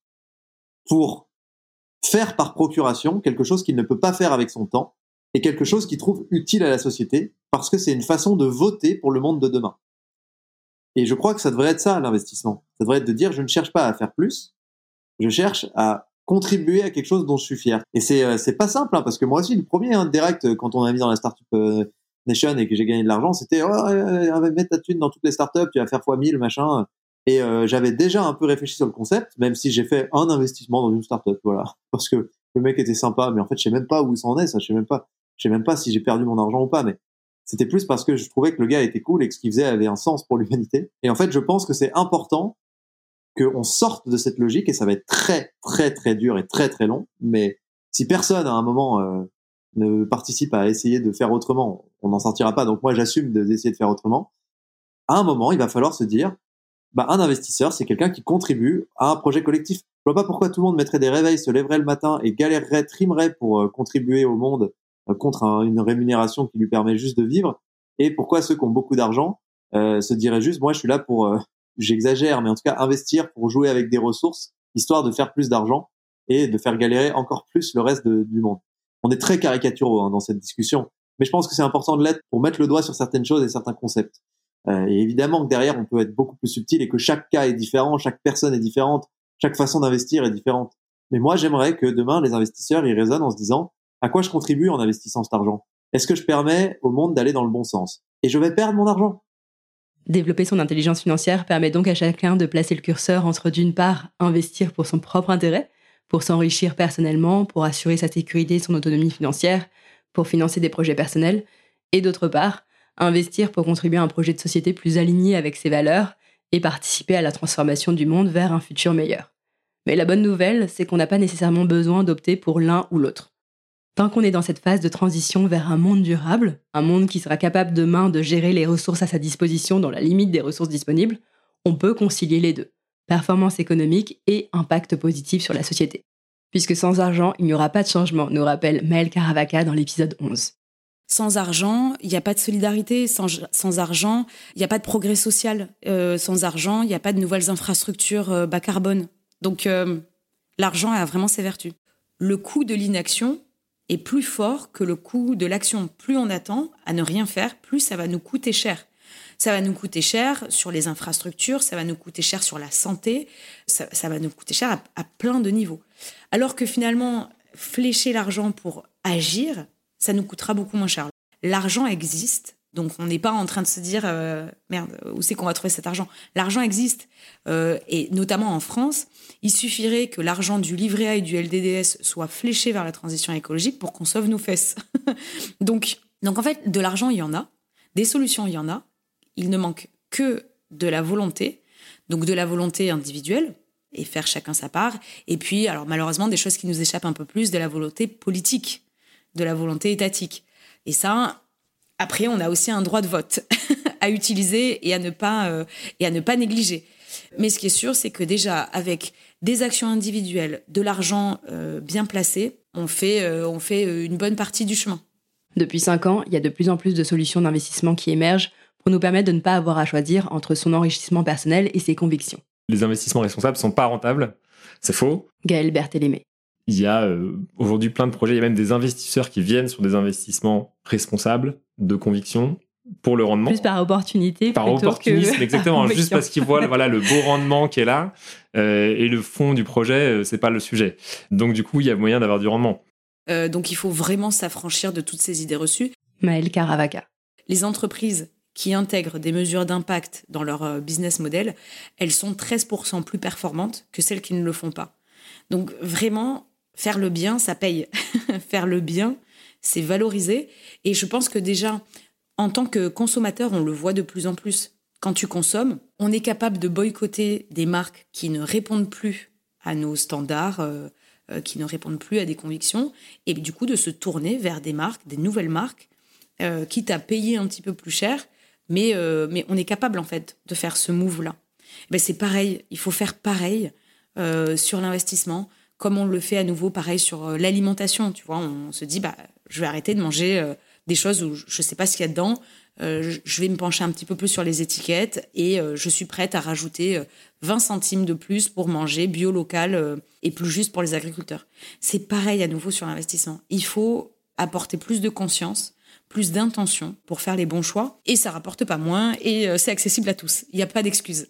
pour faire par procuration quelque chose qu'il ne peut pas faire avec son temps, et quelque chose qu'il trouve utile à la société, parce que c'est une façon de voter pour le monde de demain. Et je crois que ça devrait être ça, l'investissement. Ça devrait être de dire, je ne cherche pas à faire plus, je cherche à contribuer à quelque chose dont je suis fier. Et c'est euh, c'est pas simple, hein, parce que moi aussi, le premier, hein, direct, quand on a mis dans la Startup euh, Nation et que j'ai gagné de l'argent, c'était, oh, euh, euh, mets ta thune dans toutes les startups, tu vas faire fois mille, machin. Et euh, j'avais déjà un peu réfléchi sur le concept, même si j'ai fait un investissement dans une startup, voilà. Parce que le mec était sympa, mais en fait, je sais même pas où ça en est, ça, je sais même pas, je sais même pas si j'ai perdu mon argent ou pas, mais c'était plus parce que je trouvais que le gars était cool et que ce qu'il faisait avait un sens pour l'humanité. Et en fait, je pense que c'est important qu'on sorte de cette logique, et ça va être très, très, très dur et très, très long. Mais si personne, à un moment, euh, ne participe à essayer de faire autrement, on n'en sortira pas. Donc moi, j'assume d'essayer de faire autrement. À un moment, il va falloir se dire, bah, un investisseur, c'est quelqu'un qui contribue à un projet collectif. Je vois pas pourquoi tout le monde mettrait des réveils, se lèverait le matin et galérerait, trimerait pour euh, contribuer au monde euh, contre un, une rémunération qui lui permet juste de vivre, et pourquoi ceux qui ont beaucoup d'argent euh, se diraient juste, moi je suis là pour, euh, j'exagère, mais en tout cas investir pour jouer avec des ressources, histoire de faire plus d'argent et de faire galérer encore plus le reste de, du monde. On est très caricaturaux hein, dans cette discussion, mais je pense que c'est important de l'être pour mettre le doigt sur certaines choses et certains concepts. Euh, et évidemment que derrière, on peut être beaucoup plus subtil et que chaque cas est différent, chaque personne est différente, chaque façon d'investir est différente. Mais moi, j'aimerais que demain, les investisseurs, ils raisonnent en se disant à quoi je contribue en investissant cet argent ? Est-ce que je permets au monde d'aller dans le bon sens ? Et je vais perdre mon argent. Développer son intelligence financière permet donc à chacun de placer le curseur entre, d'une part, investir pour son propre intérêt, pour s'enrichir personnellement, pour assurer sa sécurité et son autonomie financière, pour financer des projets personnels, et d'autre part, investir pour contribuer à un projet de société plus aligné avec ses valeurs et participer à la transformation du monde vers un futur meilleur. Mais la bonne nouvelle, c'est qu'on n'a pas nécessairement besoin d'opter pour l'un ou l'autre. Tant qu'on est dans cette phase de transition vers un monde durable, un monde qui sera capable demain de gérer les ressources à sa disposition dans la limite des ressources disponibles, on peut concilier les deux, performance économique et impact positif sur la société. Puisque sans argent, il n'y aura pas de changement, nous rappelle Maëlle Caravaca dans l'épisode onze. Sans argent, il n'y a pas de solidarité. Sans, sans argent, il n'y a pas de progrès social. Euh, sans argent, il n'y a pas de nouvelles infrastructures euh, bas carbone. Donc, euh, l'argent a vraiment ses vertus. Le coût de l'inaction est plus fort que le coût de l'action. Plus on attend à ne rien faire, plus ça va nous coûter cher. Ça va nous coûter cher sur les infrastructures, ça va nous coûter cher sur la santé, ça, ça va nous coûter cher à, à plein de niveaux. Alors que finalement, flécher l'argent pour agir, ça nous coûtera beaucoup moins cher. L'argent existe, donc on n'est pas en train de se dire euh, « Merde, où c'est qu'on va trouver cet argent ?» L'argent existe, euh, et notamment en France, il suffirait que l'argent du livret A et du L D D S soit fléché vers la transition écologique pour qu'on sauve nos fesses. donc, donc en fait, de l'argent, il y en a, des solutions, il y en a, il ne manque que de la volonté, donc de la volonté individuelle, et faire chacun sa part, et puis, alors malheureusement, des choses qui nous échappent un peu plus, de la volonté politique, de la volonté étatique. Et ça, après, on a aussi un droit de vote à utiliser et à ne pas, euh, et à ne pas négliger. Mais ce qui est sûr, c'est que déjà, avec des actions individuelles, de l'argent euh, bien placé, on fait, euh, on fait une bonne partie du chemin. Depuis cinq ans, il y a de plus en plus de solutions d'investissement qui émergent pour nous permettre de ne pas avoir à choisir entre son enrichissement personnel et ses convictions. Les investissements responsables ne sont pas rentables, c'est faux. Gaël Berthélémé. Il y a euh, aujourd'hui plein de projets, il y a même des investisseurs qui viennent sur des investissements responsables, de conviction, pour le rendement. Plus par opportunité par plutôt opportunisme, que exactement, juste parce qu'ils voient voilà, le beau rendement qui est là, euh, et le fond du projet, euh, c'est pas le sujet. Donc du coup, il y a moyen d'avoir du rendement. Euh, donc il faut vraiment s'affranchir de toutes ces idées reçues. Maëlle Caravaca. Les entreprises qui intègrent des mesures d'impact dans leur business model, elles sont treize pour cent plus performantes que celles qui ne le font pas. Donc vraiment, faire le bien, ça paye. Faire le bien, c'est valoriser. Et je pense que déjà, en tant que consommateur, on le voit de plus en plus. Quand tu consommes, on est capable de boycotter des marques qui ne répondent plus à nos standards, euh, euh, qui ne répondent plus à des convictions, et du coup de se tourner vers des marques, des nouvelles marques, euh, quitte à payer un petit peu plus cher, mais, euh, mais on est capable en fait de faire ce move-là. Ben, c'est pareil, il faut faire pareil euh, sur l'investissement, comme on le fait à nouveau pareil sur euh, l'alimentation. Tu vois, on se dit, bah, je vais arrêter de manger euh, des choses où je ne sais pas ce qu'il y a dedans, euh, je vais me pencher un petit peu plus sur les étiquettes et euh, je suis prête à rajouter euh, vingt centimes de plus pour manger bio, local euh, et plus juste pour les agriculteurs. C'est pareil à nouveau sur l'investissement. Il faut apporter plus de conscience, plus d'intention pour faire les bons choix et ça rapporte pas moins et euh, c'est accessible à tous. Il n'y a pas d'excuses.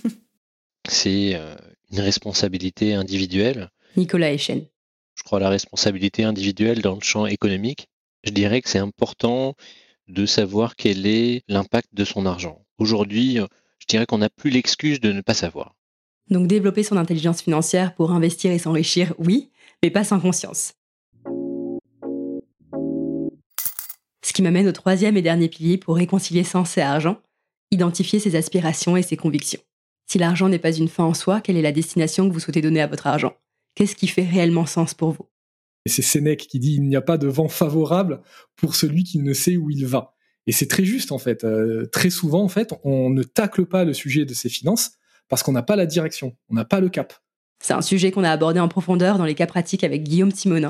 C'est euh, une responsabilité individuelle. Nicolas Echen. Je crois à la responsabilité individuelle dans le champ économique. Je dirais que c'est important de savoir quel est l'impact de son argent. Aujourd'hui, je dirais qu'on n'a plus l'excuse de ne pas savoir. Donc développer son intelligence financière pour investir et s'enrichir, oui, mais pas sans conscience. Ce qui m'amène au troisième et dernier pilier pour réconcilier sens et argent, identifier ses aspirations et ses convictions. Si l'argent n'est pas une fin en soi, quelle est la destination que vous souhaitez donner à votre argent ? Qu'est-ce qui fait réellement sens pour vous ? Et c'est Sénèque qui dit « Il n'y a pas de vent favorable pour celui qui ne sait où il va ». Et c'est très juste, en fait. Euh, très souvent, en fait, on ne tacle pas le sujet de ses finances parce qu'on n'a pas la direction, on n'a pas le cap. C'est un sujet qu'on a abordé en profondeur dans les cas pratiques avec Guillaume Simonin.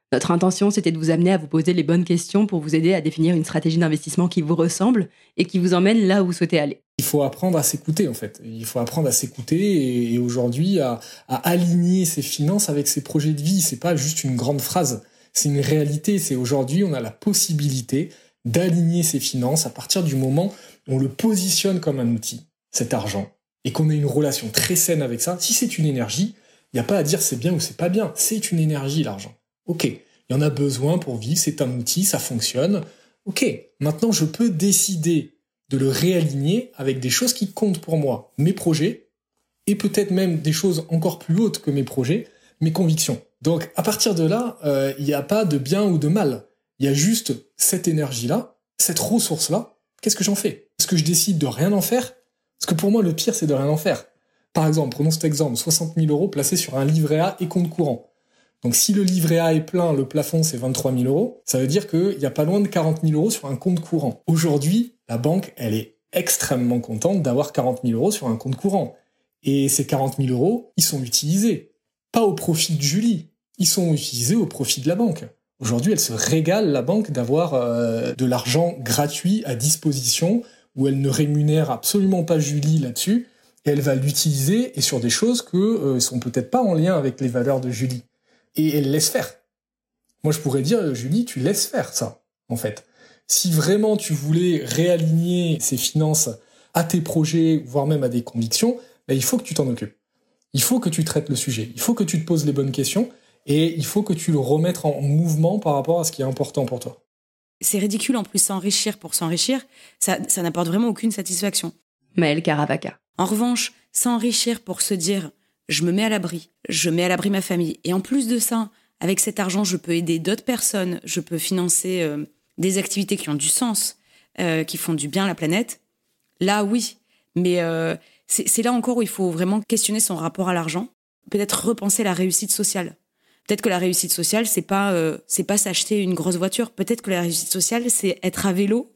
Notre intention, c'était de vous amener à vous poser les bonnes questions pour vous aider à définir une stratégie d'investissement qui vous ressemble et qui vous emmène là où vous souhaitez aller. Il faut apprendre à s'écouter, en fait. Il faut apprendre à s'écouter et, et aujourd'hui à, à aligner ses finances avec ses projets de vie. C'est pas juste une grande phrase. C'est une réalité. C'est aujourd'hui, on a la possibilité d'aligner ses finances à partir du moment où on le positionne comme un outil, cet argent, et qu'on a une relation très saine avec ça. Si c'est une énergie, il n'y a pas à dire c'est bien ou c'est pas bien. C'est une énergie, l'argent. Ok, il y en a besoin pour vivre, c'est un outil, ça fonctionne. Ok, maintenant je peux décider de le réaligner avec des choses qui comptent pour moi, mes projets, et peut-être même des choses encore plus hautes que mes projets, mes convictions. Donc à partir de là, euh, il n'y a pas de bien ou de mal. Il y a juste cette énergie-là, cette ressource-là. Qu'est-ce que j'en fais ? Est-ce que je décide de rien en faire ? Parce que pour moi, le pire, c'est de rien en faire. Par exemple, prenons cet exemple, soixante mille euros placés sur un livret A et compte courant. Donc si le livret A est plein, le plafond c'est vingt-trois mille euros, ça veut dire qu'il n'y a pas loin de quarante mille euros sur un compte courant. Aujourd'hui, la banque, elle est extrêmement contente d'avoir quarante mille euros sur un compte courant. Et ces quarante mille euros, ils sont utilisés. Pas au profit de Julie, ils sont utilisés au profit de la banque. Aujourd'hui, elle se régale, la banque, d'avoir euh, de l'argent gratuit à disposition, où elle ne rémunère absolument pas Julie là-dessus, et elle va l'utiliser et sur des choses qui euh, ne sont peut-être pas en lien avec les valeurs de Julie. Et elle laisse faire. Moi, je pourrais dire, Julie, tu laisses faire ça, en fait. Si vraiment tu voulais réaligner ces finances à tes projets, voire même à des convictions, ben, il faut que tu t'en occupes. Il faut que tu traites le sujet. Il faut que tu te poses les bonnes questions et il faut que tu le remettes en mouvement par rapport à ce qui est important pour toi. C'est ridicule, en plus, s'enrichir pour s'enrichir, ça, ça n'apporte vraiment aucune satisfaction. Maëlle Caravaca. En revanche, s'enrichir pour se dire... je me mets à l'abri, je mets à l'abri ma famille. Et en plus de ça, avec cet argent, je peux aider d'autres personnes, je peux financer euh, des activités qui ont du sens, euh, qui font du bien à la planète. Là, oui. Mais euh, c'est, c'est là encore où il faut vraiment questionner son rapport à l'argent. Peut-être repenser la réussite sociale. Peut-être que la réussite sociale, c'est pas, euh, c'est pas s'acheter une grosse voiture. Peut-être que la réussite sociale, c'est être à vélo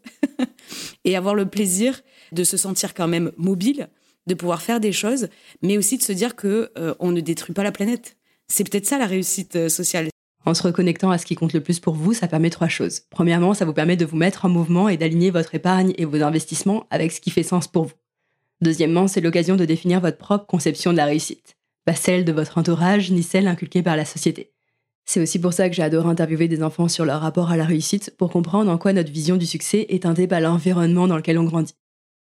et avoir le plaisir de se sentir quand même mobile, de pouvoir faire des choses, mais aussi de se dire que euh, on ne détruit pas la planète. C'est peut-être ça la réussite euh, sociale. En se reconnectant à ce qui compte le plus pour vous, ça permet trois choses. Premièrement, ça vous permet de vous mettre en mouvement et d'aligner votre épargne et vos investissements avec ce qui fait sens pour vous. Deuxièmement, c'est l'occasion de définir votre propre conception de la réussite, pas celle de votre entourage ni celle inculquée par la société. C'est aussi pour ça que j'ai adoré interviewer des enfants sur leur rapport à la réussite, pour comprendre en quoi notre vision du succès est teintée par l'environnement dans lequel on grandit.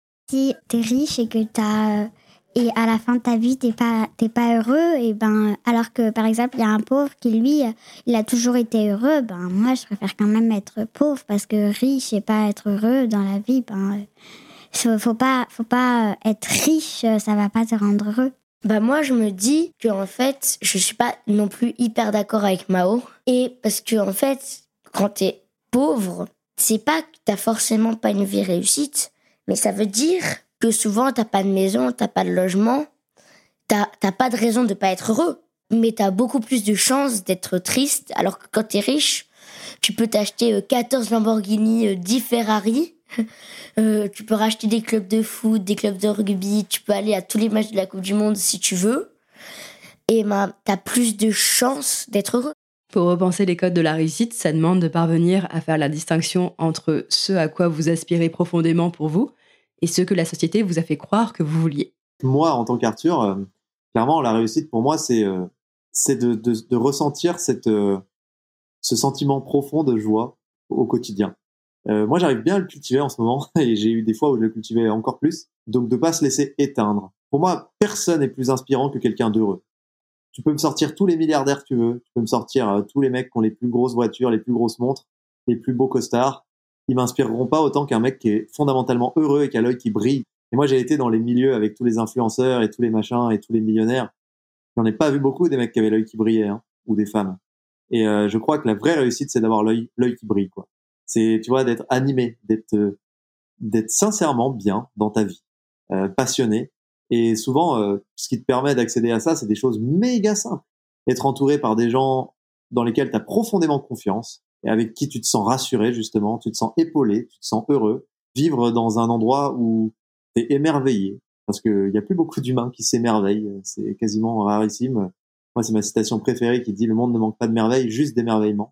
Si t'es riche et que t'as et à la fin de ta vie t'es pas t'es pas heureux, et ben alors que par exemple il y a un pauvre qui lui il a toujours été heureux, ben moi je préfère quand même être pauvre, parce que riche et pas être heureux dans la vie, ben faut, faut pas faut pas être riche, ça va pas te rendre heureux. Bah moi je me dis que en fait je suis pas non plus hyper d'accord avec Mao, et parce que en fait quand t'es pauvre, c'est pas que t'as forcément pas une vie réussite. Mais ça veut dire que souvent, t'as pas de maison, t'as pas de logement, t'as, t'as pas de raison de pas être heureux. Mais t'as beaucoup plus de chances d'être triste, alors que quand t'es riche, tu peux t'acheter quatorze Lamborghini, dix Ferrari, euh, tu peux racheter des clubs de foot, des clubs de rugby, tu peux aller à tous les matchs de la Coupe du Monde si tu veux, et ben, t'as plus de chances d'être heureux. Pour repenser les codes de la réussite, ça demande de parvenir à faire la distinction entre ce à quoi vous aspirez profondément pour vous et ce que la société vous a fait croire que vous vouliez. Moi, en tant qu'Arthur, euh, clairement, la réussite pour moi, c'est, euh, c'est de, de, de ressentir cette, euh, ce sentiment profond de joie au quotidien. Euh, moi, j'arrive bien à le cultiver en ce moment, et j'ai eu des fois où je le cultivais encore plus. Donc, de pas se laisser éteindre. Pour moi, personne n'est plus inspirant que quelqu'un d'heureux. Tu peux me sortir tous les milliardaires que tu veux, tu peux me sortir euh, tous les mecs qui ont les plus grosses voitures, les plus grosses montres, les plus beaux costards. Ils m'inspireront pas autant qu'un mec qui est fondamentalement heureux et qui a l'œil qui brille. Et moi, j'ai été dans les milieux avec tous les influenceurs et tous les machins et tous les millionnaires. J'en ai pas vu beaucoup des mecs qui avaient l'œil qui brillait, hein, ou des femmes. Et euh, je crois que la vraie réussite, c'est d'avoir l'œil, l'œil qui brille, quoi. C'est, tu vois, d'être animé, d'être, euh, d'être sincèrement bien dans ta vie, euh, passionné. Et souvent, euh, ce qui te permet d'accéder à ça, c'est des choses méga simples. Être entouré par des gens dans lesquels tu as profondément confiance et avec qui tu te sens rassuré, justement, tu te sens épaulé, tu te sens heureux. Vivre dans un endroit où tu es émerveillé, parce qu'il y a plus beaucoup d'humains qui s'émerveillent, c'est quasiment rarissime. Moi, c'est ma citation préférée qui dit « Le monde ne manque pas de merveilles, juste d'émerveillement ».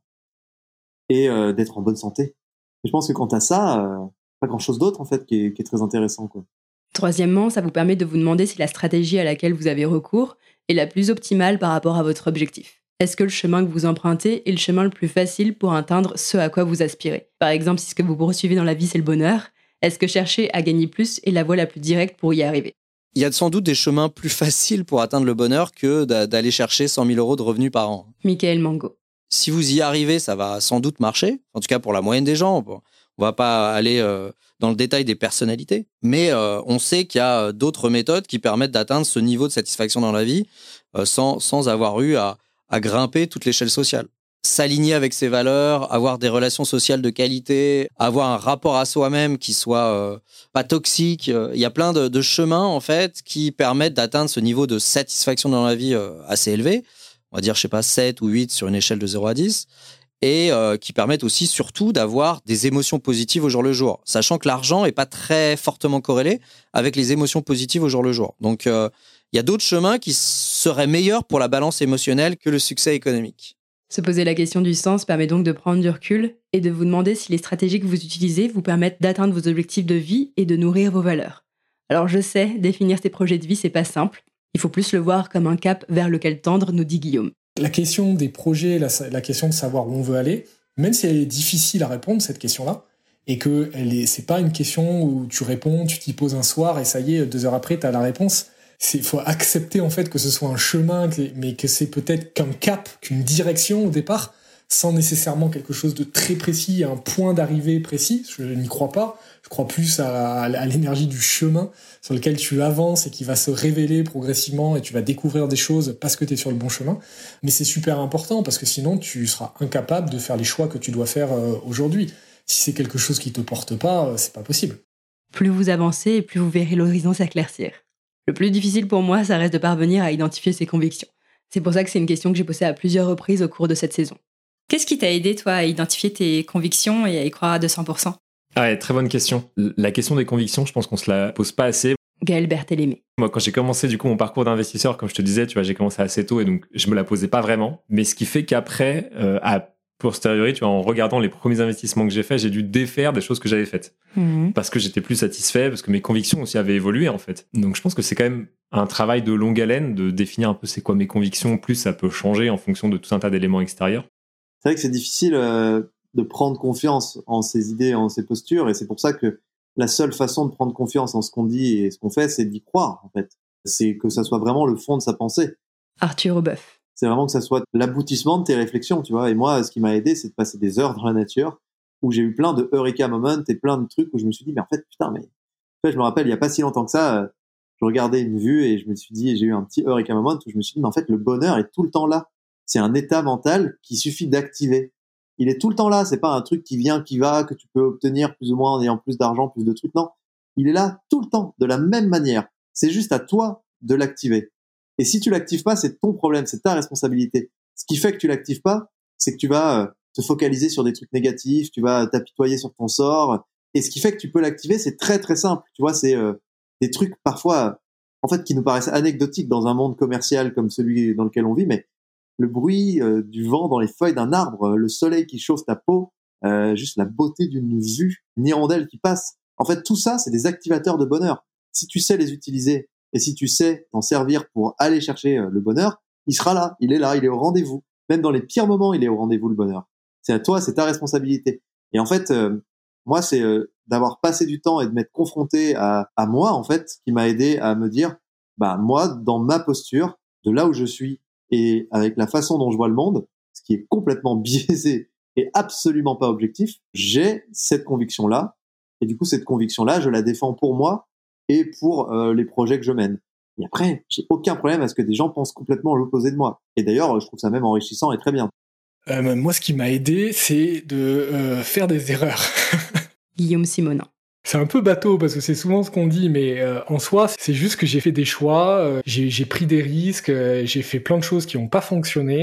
et euh, d'être en bonne santé. Et je pense que quand t'as ça, euh, pas grand-chose d'autre en fait qui est, qui est très intéressant, quoi. Troisièmement, ça vous permet de vous demander si la stratégie à laquelle vous avez recours est la plus optimale par rapport à votre objectif. Est-ce que le chemin que vous empruntez est le chemin le plus facile pour atteindre ce à quoi vous aspirez ? Par exemple, si ce que vous poursuivez dans la vie, c'est le bonheur, est-ce que chercher à gagner plus est la voie la plus directe pour y arriver ? Il y a sans doute des chemins plus faciles pour atteindre le bonheur que d'aller chercher cent mille euros de revenus par an. Michael Mango. Si vous y arrivez, ça va sans doute marcher, en tout cas pour la moyenne des gens. On va pas aller euh, dans le détail des personnalités, mais euh, on sait qu'il y a d'autres méthodes qui permettent d'atteindre ce niveau de satisfaction dans la vie euh, sans, sans avoir eu à, à grimper toute l'échelle sociale. S'aligner avec ses valeurs, avoir des relations sociales de qualité, avoir un rapport à soi-même qui soit euh, pas toxique. Il y a plein de, de chemins en fait qui permettent d'atteindre ce niveau de satisfaction dans la vie euh, assez élevé. On va dire, je sais pas, sept ou huit sur une échelle de zéro à dix. Et euh, qui permettent aussi surtout d'avoir des émotions positives au jour le jour, sachant que l'argent est pas très fortement corrélé avec les émotions positives au jour le jour. Donc, il euh, y a d'autres chemins qui seraient meilleurs pour la balance émotionnelle que le succès économique. Se poser la question du sens permet donc de prendre du recul et de vous demander si les stratégies que vous utilisez vous permettent d'atteindre vos objectifs de vie et de nourrir vos valeurs. Alors je sais, définir ses projets de vie, c'est pas simple. Il faut plus le voir comme un cap vers lequel tendre, nous dit Guillaume. La question des projets, la, la question de savoir où on veut aller, même si elle est difficile à répondre, cette question-là, et que elle est, c'est pas une question où tu réponds, tu t'y poses un soir et ça y est, deux heures après, t'as la réponse. Il faut accepter en fait que ce soit un chemin, mais que c'est peut-être qu'un cap, qu'une direction au départ, sans nécessairement quelque chose de très précis, un point d'arrivée précis. Je n'y crois pas. Je crois plus à, à l'énergie du chemin sur lequel tu avances et qui va se révéler progressivement et tu vas découvrir des choses parce que tu es sur le bon chemin. Mais c'est super important parce que sinon tu seras incapable de faire les choix que tu dois faire aujourd'hui. Si c'est quelque chose qui te porte pas, c'est pas possible. Plus vous avancez et plus vous verrez l'horizon s'éclaircir. Le plus difficile pour moi, ça reste de parvenir à identifier ses convictions. C'est pour ça que c'est une question que j'ai posée à plusieurs reprises au cours de cette saison. Qu'est-ce qui t'a aidé, toi, à identifier tes convictions et à y croire à deux cents pour cent ? Ah ouais, très bonne question. La question des convictions, je pense qu'on se la pose pas assez. Gaël Berthélémé. Moi, quand j'ai commencé du coup mon parcours d'investisseur, comme je te disais, tu vois, j'ai commencé assez tôt et donc je me la posais pas vraiment. Mais ce qui fait qu'après, euh, à posteriori, tu vois, en regardant les premiers investissements que j'ai faits, j'ai dû défaire des choses que j'avais faites. Mmh. Parce que j'étais plus satisfait, parce que mes convictions aussi avaient évolué en fait. Donc je pense que c'est quand même un travail de longue haleine de définir un peu c'est quoi mes convictions, plus ça peut changer en fonction de tout un tas d'éléments extérieurs. C'est vrai que c'est difficile euh, de prendre confiance en ses idées, en ses postures, et c'est pour ça que la seule façon de prendre confiance en ce qu'on dit et ce qu'on fait, c'est d'y croire en fait. C'est que ça soit vraiment le fond de sa pensée. Arthur Aubeuf. C'est vraiment que ça soit l'aboutissement de tes réflexions, tu vois. Et moi, ce qui m'a aidé, c'est de passer des heures dans la nature où j'ai eu plein de eureka moments et plein de trucs où je me suis dit, mais en fait, putain, mais en fait, je me rappelle, il y a pas si longtemps que ça, je regardais une vue et je me suis dit, j'ai eu un petit eureka moment où je me suis dit, mais en fait, le bonheur est tout le temps là. C'est un état mental qu'il suffit d'activer. Il est tout le temps là. C'est pas un truc qui vient, qui va, que tu peux obtenir plus ou moins en ayant plus d'argent, plus de trucs. Non. Il est là tout le temps, de la même manière. C'est juste à toi de l'activer. Et si tu l'actives pas, c'est ton problème, c'est ta responsabilité. Ce qui fait que tu l'actives pas, c'est que tu vas euh, te focaliser sur des trucs négatifs, tu vas t'apitoyer sur ton sort. Et ce qui fait que tu peux l'activer, c'est très très simple. Tu vois, c'est euh, des trucs parfois, en fait, qui nous paraissent anecdotiques dans un monde commercial comme celui dans lequel on vit, mais le bruit euh, du vent dans les feuilles d'un arbre, le soleil qui chauffe ta peau, euh, juste la beauté d'une vue, une hirondelle qui passe. En fait, tout ça, c'est des activateurs de bonheur. Si tu sais les utiliser et si tu sais t'en servir pour aller chercher euh, le bonheur, il sera là, il est là, il est au rendez-vous. Même dans les pires moments, il est au rendez-vous, le bonheur. C'est à toi, c'est ta responsabilité. Et en fait, euh, moi, c'est euh, d'avoir passé du temps et de m'être confronté à, à moi, en fait, qui m'a aidé à me dire, bah moi, dans ma posture, de là où je suis, et avec la façon dont je vois le monde, ce qui est complètement biaisé et absolument pas objectif, j'ai cette conviction-là. Et du coup, cette conviction-là, je la défends pour moi et pour euh, les projets que je mène. Et après, j'ai aucun problème à ce que des gens pensent complètement l'opposé de moi. Et d'ailleurs, je trouve ça même enrichissant et très bien. Euh, moi, ce qui m'a aidé, c'est de euh, faire des erreurs. Guillaume Simonin. C'est un peu bateau parce que c'est souvent ce qu'on dit, mais euh, en soi, c'est juste que j'ai fait des choix, euh, j'ai, j'ai pris des risques, euh, j'ai fait plein de choses qui n'ont pas fonctionné,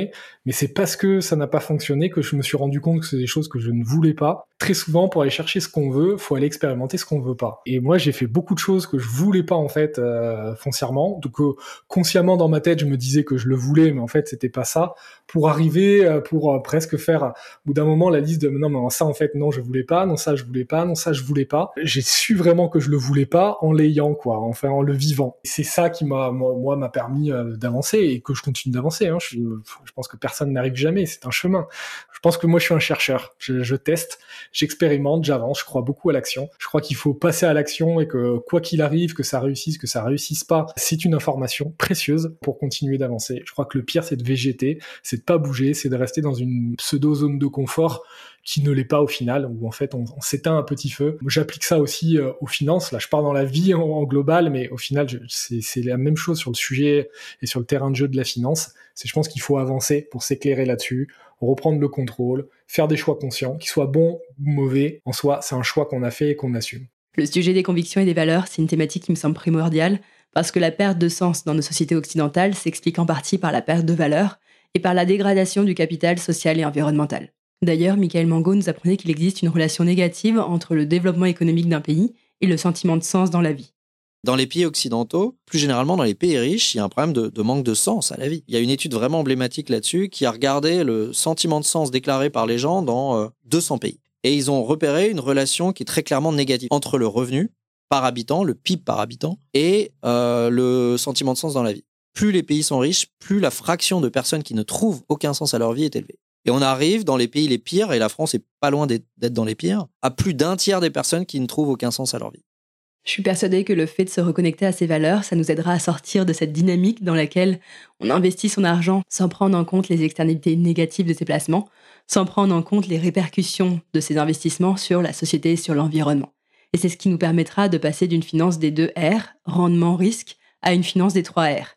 Mais c'est parce que ça n'a pas fonctionné que je me suis rendu compte que c'est des choses que je ne voulais pas. Très souvent, pour aller chercher ce qu'on veut, faut aller expérimenter ce qu'on veut pas. Et moi, j'ai fait beaucoup de choses que je voulais pas en fait euh, foncièrement. Donc euh, consciemment dans ma tête, je me disais que je le voulais, mais en fait, c'était pas ça. Pour arriver, euh, pour euh, presque faire, au bout d'un moment, la liste de non, mais ça en fait, non, je voulais pas, non ça je voulais pas, non ça je voulais pas. J'ai su vraiment que je le voulais pas en l'ayant quoi, enfin en le vivant. Et c'est ça qui m'a, moi, moi m'a permis euh, d'avancer et que je continue d'avancer. Hein. Je, je pense que personne n'arrive jamais, c'est un chemin. Je pense que moi je suis un chercheur, je, je teste, j'expérimente, j'avance, je crois beaucoup à l'action. Je crois qu'il faut passer à l'action et que quoi qu'il arrive, que ça réussisse, que ça réussisse pas, c'est une information précieuse pour continuer d'avancer. Je crois que le pire c'est de végéter, c'est de pas bouger, c'est de rester dans une pseudo-zone de confort qui ne l'est pas au final, où en fait on, on s'éteint un petit feu. J'applique ça aussi euh, aux finances, là je pars dans la vie en, en global, mais au final je, c'est, c'est la même chose sur le sujet et sur le terrain de jeu de la finance. C'est, je pense qu'il faut avancer pour s'éclairer là-dessus, reprendre le contrôle, faire des choix conscients, qu'ils soient bons ou mauvais, en soi c'est un choix qu'on a fait et qu'on assume. Le sujet des convictions et des valeurs, c'est une thématique qui me semble primordiale, parce que la perte de sens dans nos sociétés occidentales s'explique en partie par la perte de valeurs et par la dégradation du capital social et environnemental. D'ailleurs, Michael Mango nous apprenait qu'il existe une relation négative entre le développement économique d'un pays et le sentiment de sens dans la vie. Dans les pays occidentaux, plus généralement dans les pays riches, il y a un problème de, de manque de sens à la vie. Il y a une étude vraiment emblématique là-dessus qui a regardé le sentiment de sens déclaré par les gens dans euh, deux cents pays. Et ils ont repéré une relation qui est très clairement négative entre le revenu par habitant, le P I B par habitant, et euh, le sentiment de sens dans la vie. Plus les pays sont riches, plus la fraction de personnes qui ne trouvent aucun sens à leur vie est élevée. Et on arrive dans les pays les pires, et la France est pas loin d'être dans les pires, à plus d'un tiers des personnes qui ne trouvent aucun sens à leur vie. Je suis persuadée que le fait de se reconnecter à ses valeurs, ça nous aidera à sortir de cette dynamique dans laquelle on investit son argent sans prendre en compte les externalités négatives de ses placements, sans prendre en compte les répercussions de ces investissements sur la société et sur l'environnement. Et c'est ce qui nous permettra de passer d'une finance des deux R, rendement-risque, à une finance des trois R,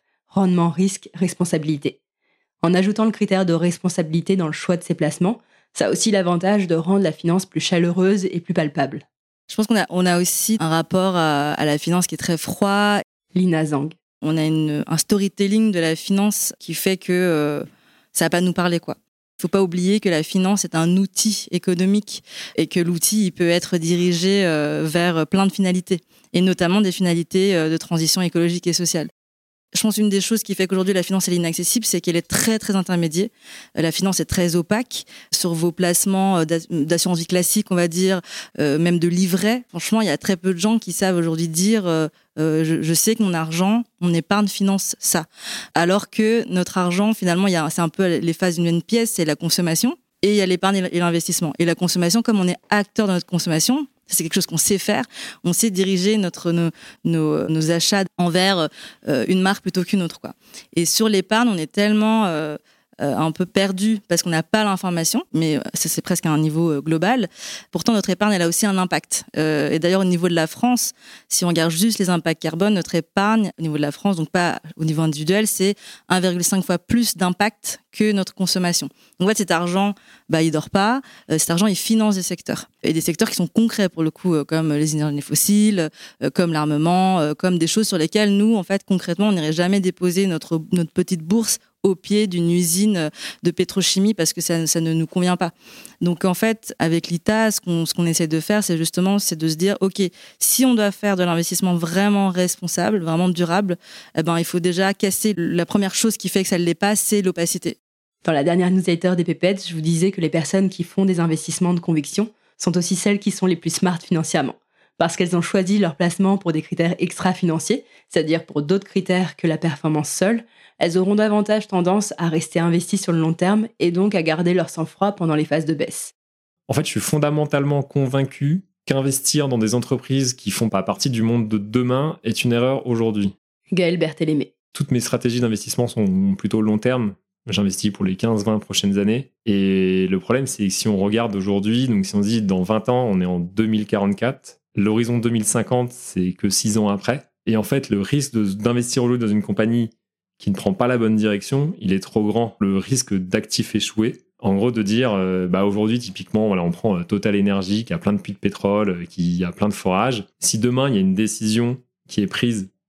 rendement-risque-responsabilité. En ajoutant le critère de responsabilité dans le choix de ses placements, ça a aussi l'avantage de rendre la finance plus chaleureuse et plus palpable. Je pense qu'on a, on a aussi un rapport à, à la finance qui est très froid. Lina Zhang. On a une, un storytelling de la finance qui fait que euh, ça va pas nous parler, quoi. Il faut pas oublier que la finance est un outil économique et que l'outil il peut être dirigé euh, vers plein de finalités, et notamment des finalités euh, de transition écologique et sociale. Je pense qu'une des choses qui fait qu'aujourd'hui la finance elle est inaccessible, c'est qu'elle est très très intermédiaire. La finance est très opaque sur vos placements d'assurance vie classique, on va dire, euh, même de livret. Franchement, il y a très peu de gens qui savent aujourd'hui dire euh, euh, je, je sais que mon argent, mon épargne finance ça. Alors que notre argent, finalement, il y a, c'est un peu les phases d'une même pièce, c'est la consommation et il y a l'épargne et l'investissement. Et la consommation, comme on est acteur de notre consommation, c'est quelque chose qu'on sait faire. On sait diriger notre, nos, nos, nos achats envers euh, une marque plutôt qu'une autre, quoi. Et sur l'épargne, on est tellement euh, euh, un peu perdu parce qu'on n'a pas l'information, mais ça, c'est presque à un niveau euh, global. Pourtant, notre épargne, elle a aussi un impact. Euh, et d'ailleurs, au niveau de la France, si on regarde juste les impacts carbone, notre épargne, au niveau de la France, donc pas au niveau individuel, c'est un virgule cinq fois plus d'impact que notre consommation. Donc, en fait, cet argent, bah, il dort pas. Euh, cet argent, il finance des secteurs. Et des secteurs qui sont concrets, pour le coup, euh, comme les énergies fossiles, euh, comme l'armement, euh, comme des choses sur lesquelles, nous, en fait, concrètement, on n'irait jamais déposer notre, notre petite bourse au pied d'une usine de pétrochimie parce que ça, ça ne nous convient pas. Donc, en fait, avec l'I T A, ce qu'on, ce qu'on essaie de faire, c'est justement c'est de se dire, OK, si on doit faire de l'investissement vraiment responsable, vraiment durable, eh ben, il faut déjà casser la première chose qui fait que ça ne l'est pas, c'est l'opacité. Dans la dernière newsletter des Pépettes, je vous disais que les personnes qui font des investissements de conviction sont aussi celles qui sont les plus smart financièrement, parce qu'elles ont choisi leur placement pour des critères extra-financiers, c'est-à-dire pour d'autres critères que la performance seule. Elles auront davantage tendance à rester investies sur le long terme et donc à garder leur sang-froid pendant les phases de baisse. En fait, je suis fondamentalement convaincu qu'investir dans des entreprises qui font pas partie du monde de demain est une erreur aujourd'hui. Gaël Berthélémé. Toutes mes stratégies d'investissement sont plutôt long terme. J'investis pour les quinze vingt prochaines années. Et le problème, c'est que si on regarde aujourd'hui, donc si on se dit dans vingt ans, on est en deux mille quarante-quatre, l'horizon deux mille cinquante, c'est que six ans après. Et en fait, le risque de, d'investir aujourd'hui dans une compagnie qui ne prend pas la bonne direction, il est trop grand. Le risque d'actifs échoués, en gros, de dire, euh, bah aujourd'hui, typiquement, voilà, on prend euh, Total Energy, qui a plein de puits de pétrole, euh, qui a plein de forages. Si demain, il y a une décision qui est prise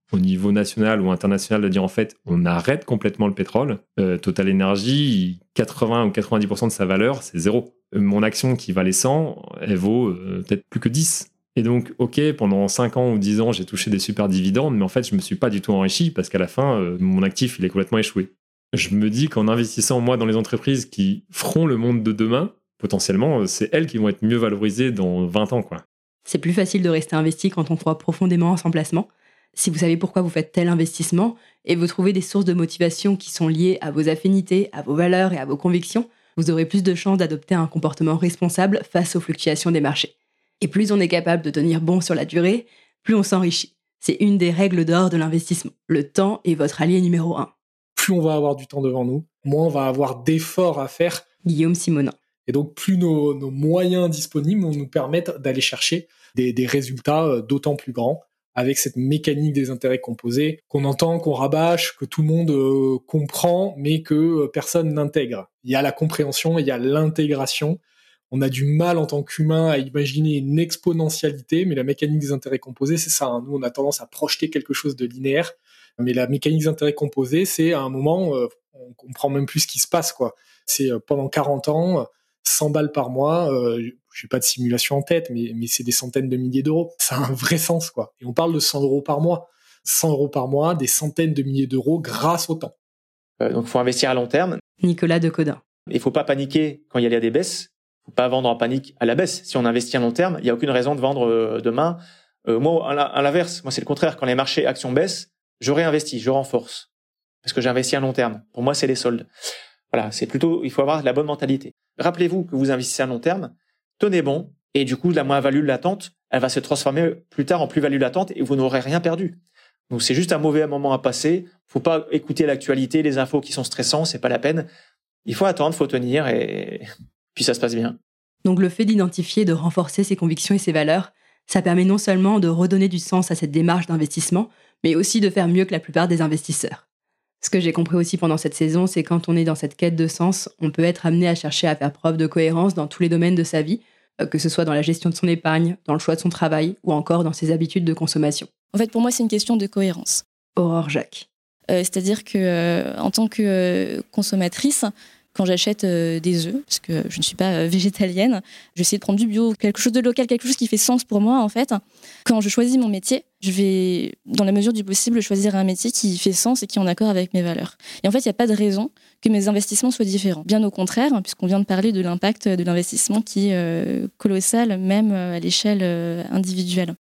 au niveau national ou international de dire en fait on arrête complètement le pétrole. Euh, Total Energy, quatre-vingts ou quatre-vingt-dix pour cent de sa valeur, c'est zéro. Euh, mon action qui valait cent, elle vaut euh, peut-être plus que dix. Et donc, ok, pendant cinq ans ou dix ans, j'ai touché des super dividendes, mais en fait, je me suis pas du tout enrichi parce qu'à la fin, euh, mon actif, il est complètement échoué. Je me dis qu'en investissant, moi, dans les entreprises qui feront le monde de demain, potentiellement, c'est elles qui vont être mieux valorisées dans vingt ans, quoi. C'est plus facile de rester investi quand on croit profondément en son placement. Si vous savez pourquoi vous faites tel investissement et vous trouvez des sources de motivation qui sont liées à vos affinités, à vos valeurs et à vos convictions, vous aurez plus de chances d'adopter un comportement responsable face aux fluctuations des marchés. Et plus on est capable de tenir bon sur la durée, plus on s'enrichit. C'est une des règles d'or de l'investissement. Le temps est votre allié numéro un. Plus on va avoir du temps devant nous, moins on va avoir d'efforts à faire. Guillaume Simonin. Et donc, plus nos, nos moyens disponibles vont nous permettre d'aller chercher des, des résultats d'autant plus grands avec cette mécanique des intérêts composés qu'on entend, qu'on rabâche, que tout le monde euh, comprend, mais que euh, personne n'intègre. Il y a la compréhension, il y a l'intégration. On a du mal en tant qu'humain à imaginer une exponentialité, mais la mécanique des intérêts composés, c'est ça. Hein. Nous, on a tendance à projeter quelque chose de linéaire, mais la mécanique des intérêts composés, c'est à un moment, euh, on comprend même plus ce qui se passe, quoi. C'est euh, pendant quarante ans, cent balles par mois, euh, j'ai pas de simulation en tête, mais, mais c'est des centaines de milliers d'euros. Ça a un vrai sens, quoi. Et on parle de cent euros par mois. cent euros par mois, des centaines de milliers d'euros grâce au temps. Euh, donc, il faut investir à long terme. Nicolas Decodin. Il faut pas paniquer quand il y a des baisses. Il faut pas vendre en panique à la baisse. Si on investit à long terme, il y a aucune raison de vendre euh, demain. Euh, moi, à l'inverse, moi, c'est le contraire. Quand les marchés actions baissent, je réinvestis, je renforce. Parce que j'investis à long terme. Pour moi, c'est les soldes. Voilà, c'est plutôt, il faut avoir la bonne mentalité. Rappelez-vous que vous investissez à long terme, tenez bon, et du coup, la moins-value latente, elle va se transformer plus tard en plus-value latente et vous n'aurez rien perdu. Donc, c'est juste un mauvais moment à passer. Faut pas écouter l'actualité, les infos qui sont stressants, c'est pas la peine. Il faut attendre, faut tenir et puis ça se passe bien. Donc, le fait d'identifier et de renforcer ses convictions et ses valeurs, ça permet non seulement de redonner du sens à cette démarche d'investissement, mais aussi de faire mieux que la plupart des investisseurs. Ce que j'ai compris aussi pendant cette saison, c'est quand on est dans cette quête de sens, on peut être amené à chercher à faire preuve de cohérence dans tous les domaines de sa vie, que ce soit dans la gestion de son épargne, dans le choix de son travail ou encore dans ses habitudes de consommation. En fait, pour moi, c'est une question de cohérence. Aurore Jacques. Euh, c'est-à-dire que, euh, en tant que euh, consommatrice, quand j'achète euh, des œufs, parce que je ne suis pas euh, végétalienne, j'essaie de prendre du bio, quelque chose de local, quelque chose qui fait sens pour moi, en fait. Quand je choisis mon métier, je vais, dans la mesure du possible, choisir un métier qui fait sens et qui est en accord avec mes valeurs. Et en fait, il n'y a pas de raison que mes investissements soient différents. Bien au contraire, hein, puisqu'on vient de parler de l'impact de l'investissement qui est euh, colossal, même euh, à l'échelle euh, individuelle.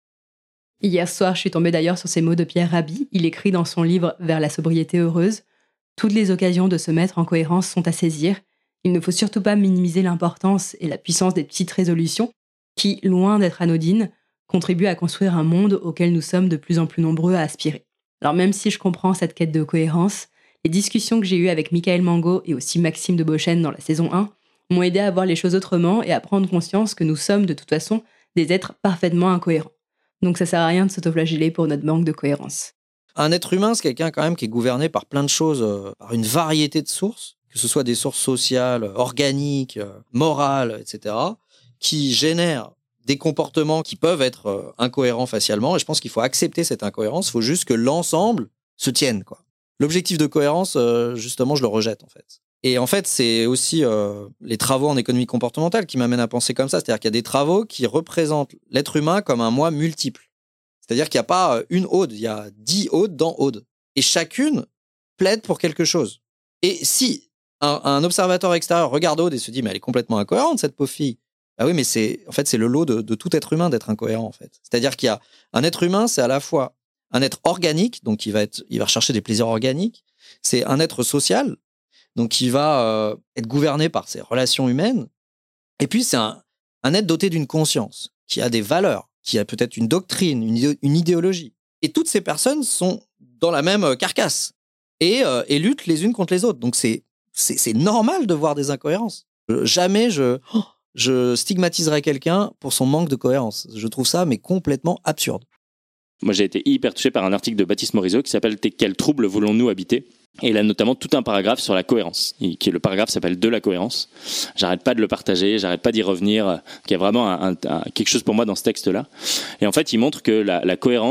Hier soir, je suis tombée d'ailleurs sur ces mots de Pierre Rabhi. Il écrit dans son livre « Vers la sobriété heureuse » : toutes les occasions de se mettre en cohérence sont à saisir. Il ne faut surtout pas minimiser l'importance et la puissance des petites résolutions qui, loin d'être anodines, contribuent à construire un monde auquel nous sommes de plus en plus nombreux à aspirer. Alors même si je comprends cette quête de cohérence, les discussions que j'ai eues avec Michael Mango et aussi Maxime de Beauchesne dans la saison un m'ont aidé à voir les choses autrement et à prendre conscience que nous sommes de toute façon des êtres parfaitement incohérents. Donc ça sert à rien de s'autoflageller pour notre manque de cohérence. Un être humain, c'est quelqu'un quand même qui est gouverné par plein de choses, euh, par une variété de sources, que ce soit des sources sociales, organiques, euh, morales, et cetera, qui génèrent des comportements qui peuvent être euh, incohérents facialement. Et je pense qu'il faut accepter cette incohérence. Il faut juste que l'ensemble se tienne, quoi. L'objectif de cohérence, euh, justement, je le rejette, en fait. Et en fait, c'est aussi euh, les travaux en économie comportementale qui m'amènent à penser comme ça. C'est-à-dire qu'il y a des travaux qui représentent l'être humain comme un moi multiple. C'est-à-dire qu'il n'y a pas une ode, il y a dix odes dans ode. Et chacune plaide pour quelque chose. Et si un, un observateur extérieur regarde Aude et se dit « mais elle est complètement incohérente, cette pauvre fille », bah oui, mais c'est, en fait, c'est le lot de, de tout être humain d'être incohérent, en fait. C'est-à-dire qu'il y a un être humain, c'est à la fois un être organique, donc il va, être, il va rechercher des plaisirs organiques. C'est un être social, donc il va euh, être gouverné par ses relations humaines. Et puis, c'est un, un être doté d'une conscience, qui a des valeurs, qui a peut-être une doctrine, une, idé- une idéologie. Et toutes ces personnes sont dans la même carcasse et, euh, et luttent les unes contre les autres. Donc, c'est, c'est, c'est normal de voir des incohérences. Euh, jamais je, oh, je stigmatiserai quelqu'un pour son manque de cohérence. Je trouve ça mais complètement absurde. Moi, j'ai été hyper touché par un article de Baptiste Morisot qui s'appelle « Quel trouble voulons-nous habiter ?» Et il a notamment tout un paragraphe sur la cohérence, qui est le paragraphe s'appelle « De la cohérence ». J'arrête pas de le partager, j'arrête pas d'y revenir, qu'il y a vraiment un, un, un, quelque chose pour moi dans ce texte-là. Et en fait, il montre que la, la cohérence,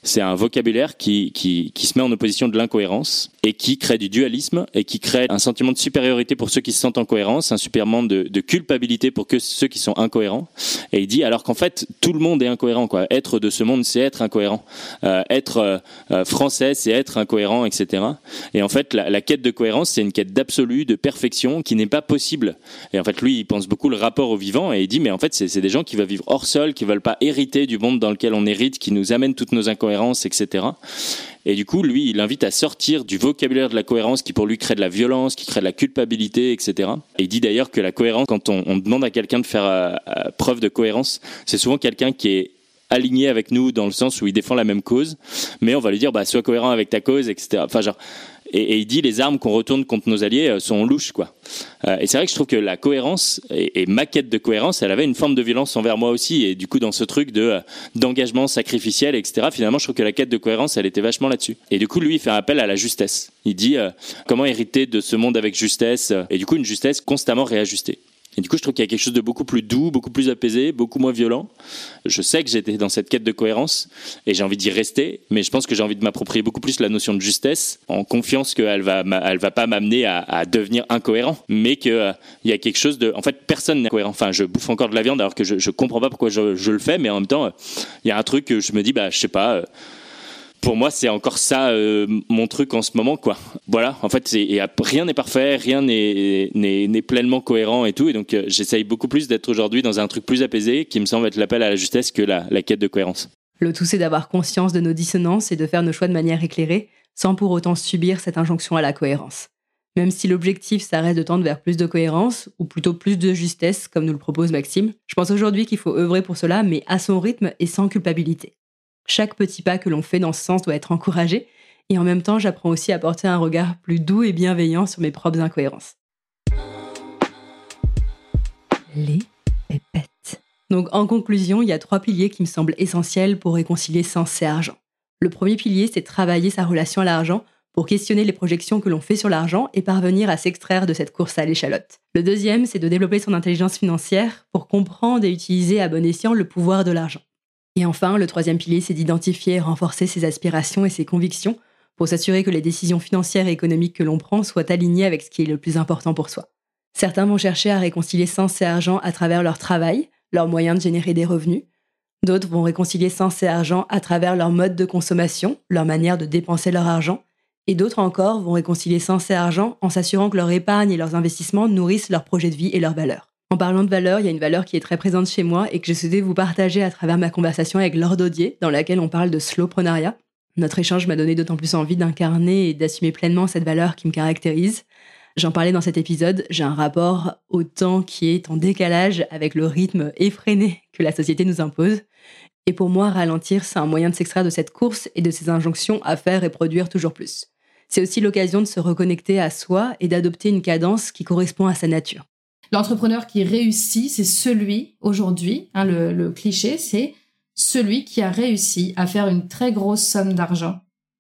c'est un vocabulaire qui, qui, qui se met en opposition de l'incohérence et qui crée du dualisme et qui crée un sentiment de supériorité pour ceux qui se sentent en cohérence, un sentiment de, de culpabilité pour que ceux qui sont incohérents. Et il dit, alors qu'en fait, tout le monde est incohérent, quoi. Être de ce monde, c'est être incohérent. Euh, être euh, français, c'est être incohérent, et cetera. Et en fait, la, la quête de cohérence, c'est une quête d'absolu, de perfection qui n'est pas possible. Et en fait, lui, il pense beaucoup le rapport au vivant et il dit, mais en fait, c'est, c'est des gens qui veulent vivre hors sol, qui veulent pas hériter du monde dans lequel on hérite, qui nous amène toutes nos incohérences, et cetera. Et du coup, lui, il invite à sortir du vocabulaire de la cohérence qui, pour lui, crée de la violence, qui crée de la culpabilité, et cetera. Et il dit d'ailleurs que la cohérence, quand on, on demande à quelqu'un de faire euh, euh, preuve de cohérence, c'est souvent quelqu'un qui est aligné avec nous dans le sens où il défend la même cause, mais on va lui dire, bah, sois cohérent avec ta cause, et cetera. Enfin, genre, et, et il dit, les armes qu'on retourne contre nos alliés euh, sont louches, quoi. Euh, et c'est vrai que je trouve que la cohérence, et, et ma quête de cohérence, elle avait une forme de violence envers moi aussi, et du coup, dans ce truc de, euh, d'engagement sacrificiel, et cetera, finalement, je trouve que la quête de cohérence, elle était vachement là-dessus. Et du coup, lui, il fait un appel à la justesse. Il dit, euh, comment hériter de ce monde avec justesse, et du coup, une justesse constamment réajustée. Et du coup, je trouve qu'il y a quelque chose de beaucoup plus doux, beaucoup plus apaisé, beaucoup moins violent. Je sais que j'étais dans cette quête de cohérence et j'ai envie d'y rester, mais je pense que j'ai envie de m'approprier beaucoup plus la notion de justesse, en confiance qu'elle va, elle va pas m'amener à, à devenir incohérent, mais qu'il euh, y a quelque chose de... En fait, personne n'est cohérent. Enfin, je bouffe encore de la viande alors que je, je comprends pas pourquoi je, je le fais, mais en même temps, il euh, y a un truc que je me dis, bah, je sais pas... Euh, Pour moi, c'est encore ça euh, mon truc en ce moment, quoi. Voilà, en fait, c'est, rien n'est parfait, rien n'est, n'est, n'est pleinement cohérent et tout, et donc euh, j'essaye beaucoup plus d'être aujourd'hui dans un truc plus apaisé, qui me semble être l'appel à la justesse que la, la quête de cohérence. Le tout, c'est d'avoir conscience de nos dissonances et de faire nos choix de manière éclairée, sans pour autant subir cette injonction à la cohérence. Même si l'objectif, ça reste de tendre vers plus de cohérence, ou plutôt plus de justesse, comme nous le propose Maxime, je pense aujourd'hui qu'il faut œuvrer pour cela, mais à son rythme et sans culpabilité. Chaque petit pas que l'on fait dans ce sens doit être encouragé, et en même temps, j'apprends aussi à porter un regard plus doux et bienveillant sur mes propres incohérences. Les pépettes. Donc, en conclusion, il y a trois piliers qui me semblent essentiels pour réconcilier sens et argent. Le premier pilier, c'est travailler sa relation à l'argent pour questionner les projections que l'on fait sur l'argent et parvenir à s'extraire de cette course à l'échalote. Le deuxième, c'est de développer son intelligence financière pour comprendre et utiliser à bon escient le pouvoir de l'argent. Et enfin, le troisième pilier, c'est d'identifier et renforcer ses aspirations et ses convictions pour s'assurer que les décisions financières et économiques que l'on prend soient alignées avec ce qui est le plus important pour soi. Certains vont chercher à réconcilier sens et argent à travers leur travail, leurs moyens de générer des revenus. D'autres vont réconcilier sens et argent à travers leur mode de consommation, leur manière de dépenser leur argent. Et d'autres encore vont réconcilier sens et argent en s'assurant que leur épargne et leurs investissements nourrissent leur projet de vie et leurs valeurs. En parlant de valeurs, il y a une valeur qui est très présente chez moi et que je souhaitais vous partager à travers ma conversation avec Laure Daudier, dans laquelle on parle de slowpreneuriat. Notre échange m'a donné d'autant plus envie d'incarner et d'assumer pleinement cette valeur qui me caractérise. J'en parlais dans cet épisode, j'ai un rapport au temps qui est en décalage avec le rythme effréné que la société nous impose. Et pour moi, ralentir, c'est un moyen de s'extraire de cette course et de ces injonctions à faire et produire toujours plus. C'est aussi l'occasion de se reconnecter à soi et d'adopter une cadence qui correspond à sa nature. L'entrepreneur qui réussit, c'est celui, aujourd'hui, hein, le, le cliché, c'est celui qui a réussi à faire une très grosse somme d'argent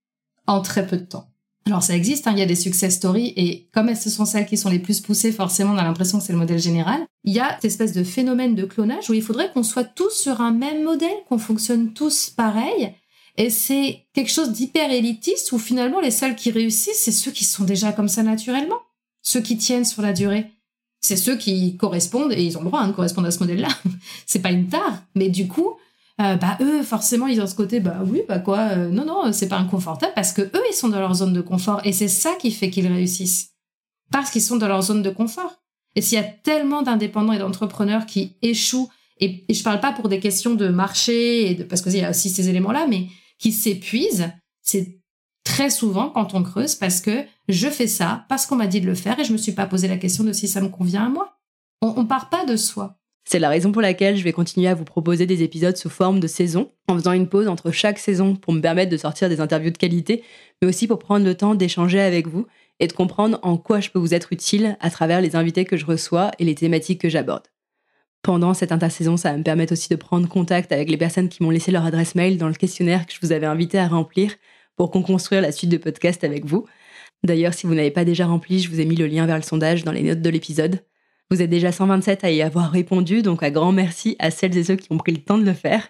en très peu de temps. Alors ça existe, hein, il y a des success stories, et comme ce sont celles qui sont les plus poussées, forcément on a l'impression que c'est le modèle général. Il y a cette espèce de phénomène de clonage où il faudrait qu'on soit tous sur un même modèle, qu'on fonctionne tous pareil, et c'est quelque chose d'hyper élitiste où finalement les seuls qui réussissent, c'est ceux qui sont déjà comme ça naturellement, ceux qui tiennent sur la durée. C'est ceux qui correspondent, et ils ont le droit hein, de correspondre à ce modèle-là. C'est pas une tare, mais du coup, euh, bah eux, forcément, ils ont ce côté, bah oui, bah quoi, euh, non, non, c'est pas inconfortable, parce que eux, ils sont dans leur zone de confort, et c'est ça qui fait qu'ils réussissent. Parce qu'ils sont dans leur zone de confort. Et s'il y a tellement d'indépendants et d'entrepreneurs qui échouent, et, et je parle pas pour des questions de marché, et de, parce qu'il y a aussi ces éléments-là, mais qui s'épuisent, c'est très souvent quand on creuse, parce que je fais ça parce qu'on m'a dit de le faire et je me suis pas posé la question de si ça me convient à moi. On, on part pas de soi. C'est la raison pour laquelle je vais continuer à vous proposer des épisodes sous forme de saison, en faisant une pause entre chaque saison pour me permettre de sortir des interviews de qualité, mais aussi pour prendre le temps d'échanger avec vous et de comprendre en quoi je peux vous être utile à travers les invités que je reçois et les thématiques que j'aborde. Pendant cette intersaison, ça va me permettre aussi de prendre contact avec les personnes qui m'ont laissé leur adresse mail dans le questionnaire que je vous avais invité à remplir pour construire la suite de podcast avec vous. D'ailleurs, si vous n'avez pas déjà rempli, je vous ai mis le lien vers le sondage dans les notes de l'épisode. Vous êtes déjà cent vingt-sept à y avoir répondu, donc un grand merci à celles et ceux qui ont pris le temps de le faire.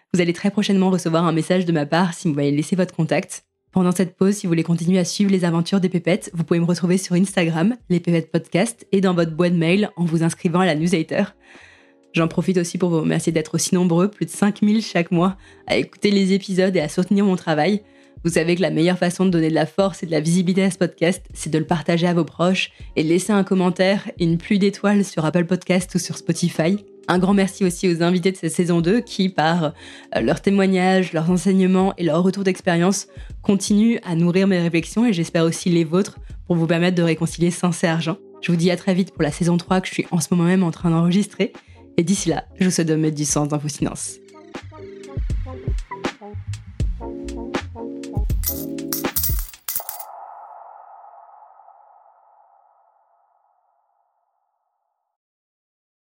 Vous allez très prochainement recevoir un message de ma part si vous m'avez laissé votre contact. Pendant cette pause, si vous voulez continuer à suivre les aventures des pépettes, vous pouvez me retrouver sur Instagram, les pépettes podcast, et dans votre boîte mail en vous inscrivant à la newsletter. J'en profite aussi pour vous remercier d'être aussi nombreux, plus de cinq mille chaque mois, à écouter les épisodes et à soutenir mon travail. Vous savez que la meilleure façon de donner de la force et de la visibilité à ce podcast, c'est de le partager à vos proches et de laisser un commentaire et une pluie d'étoiles sur Apple Podcast ou sur Spotify. Un grand merci aussi aux invités de cette saison deux qui, par leurs témoignages, leurs enseignements et leurs retours d'expérience, continuent à nourrir mes réflexions et j'espère aussi les vôtres pour vous permettre de réconcilier sens et argent. Je vous dis à très vite pour la saison trois que je suis en ce moment même en train d'enregistrer. Et d'ici là, je vous souhaite de mettre du sens dans vos finances.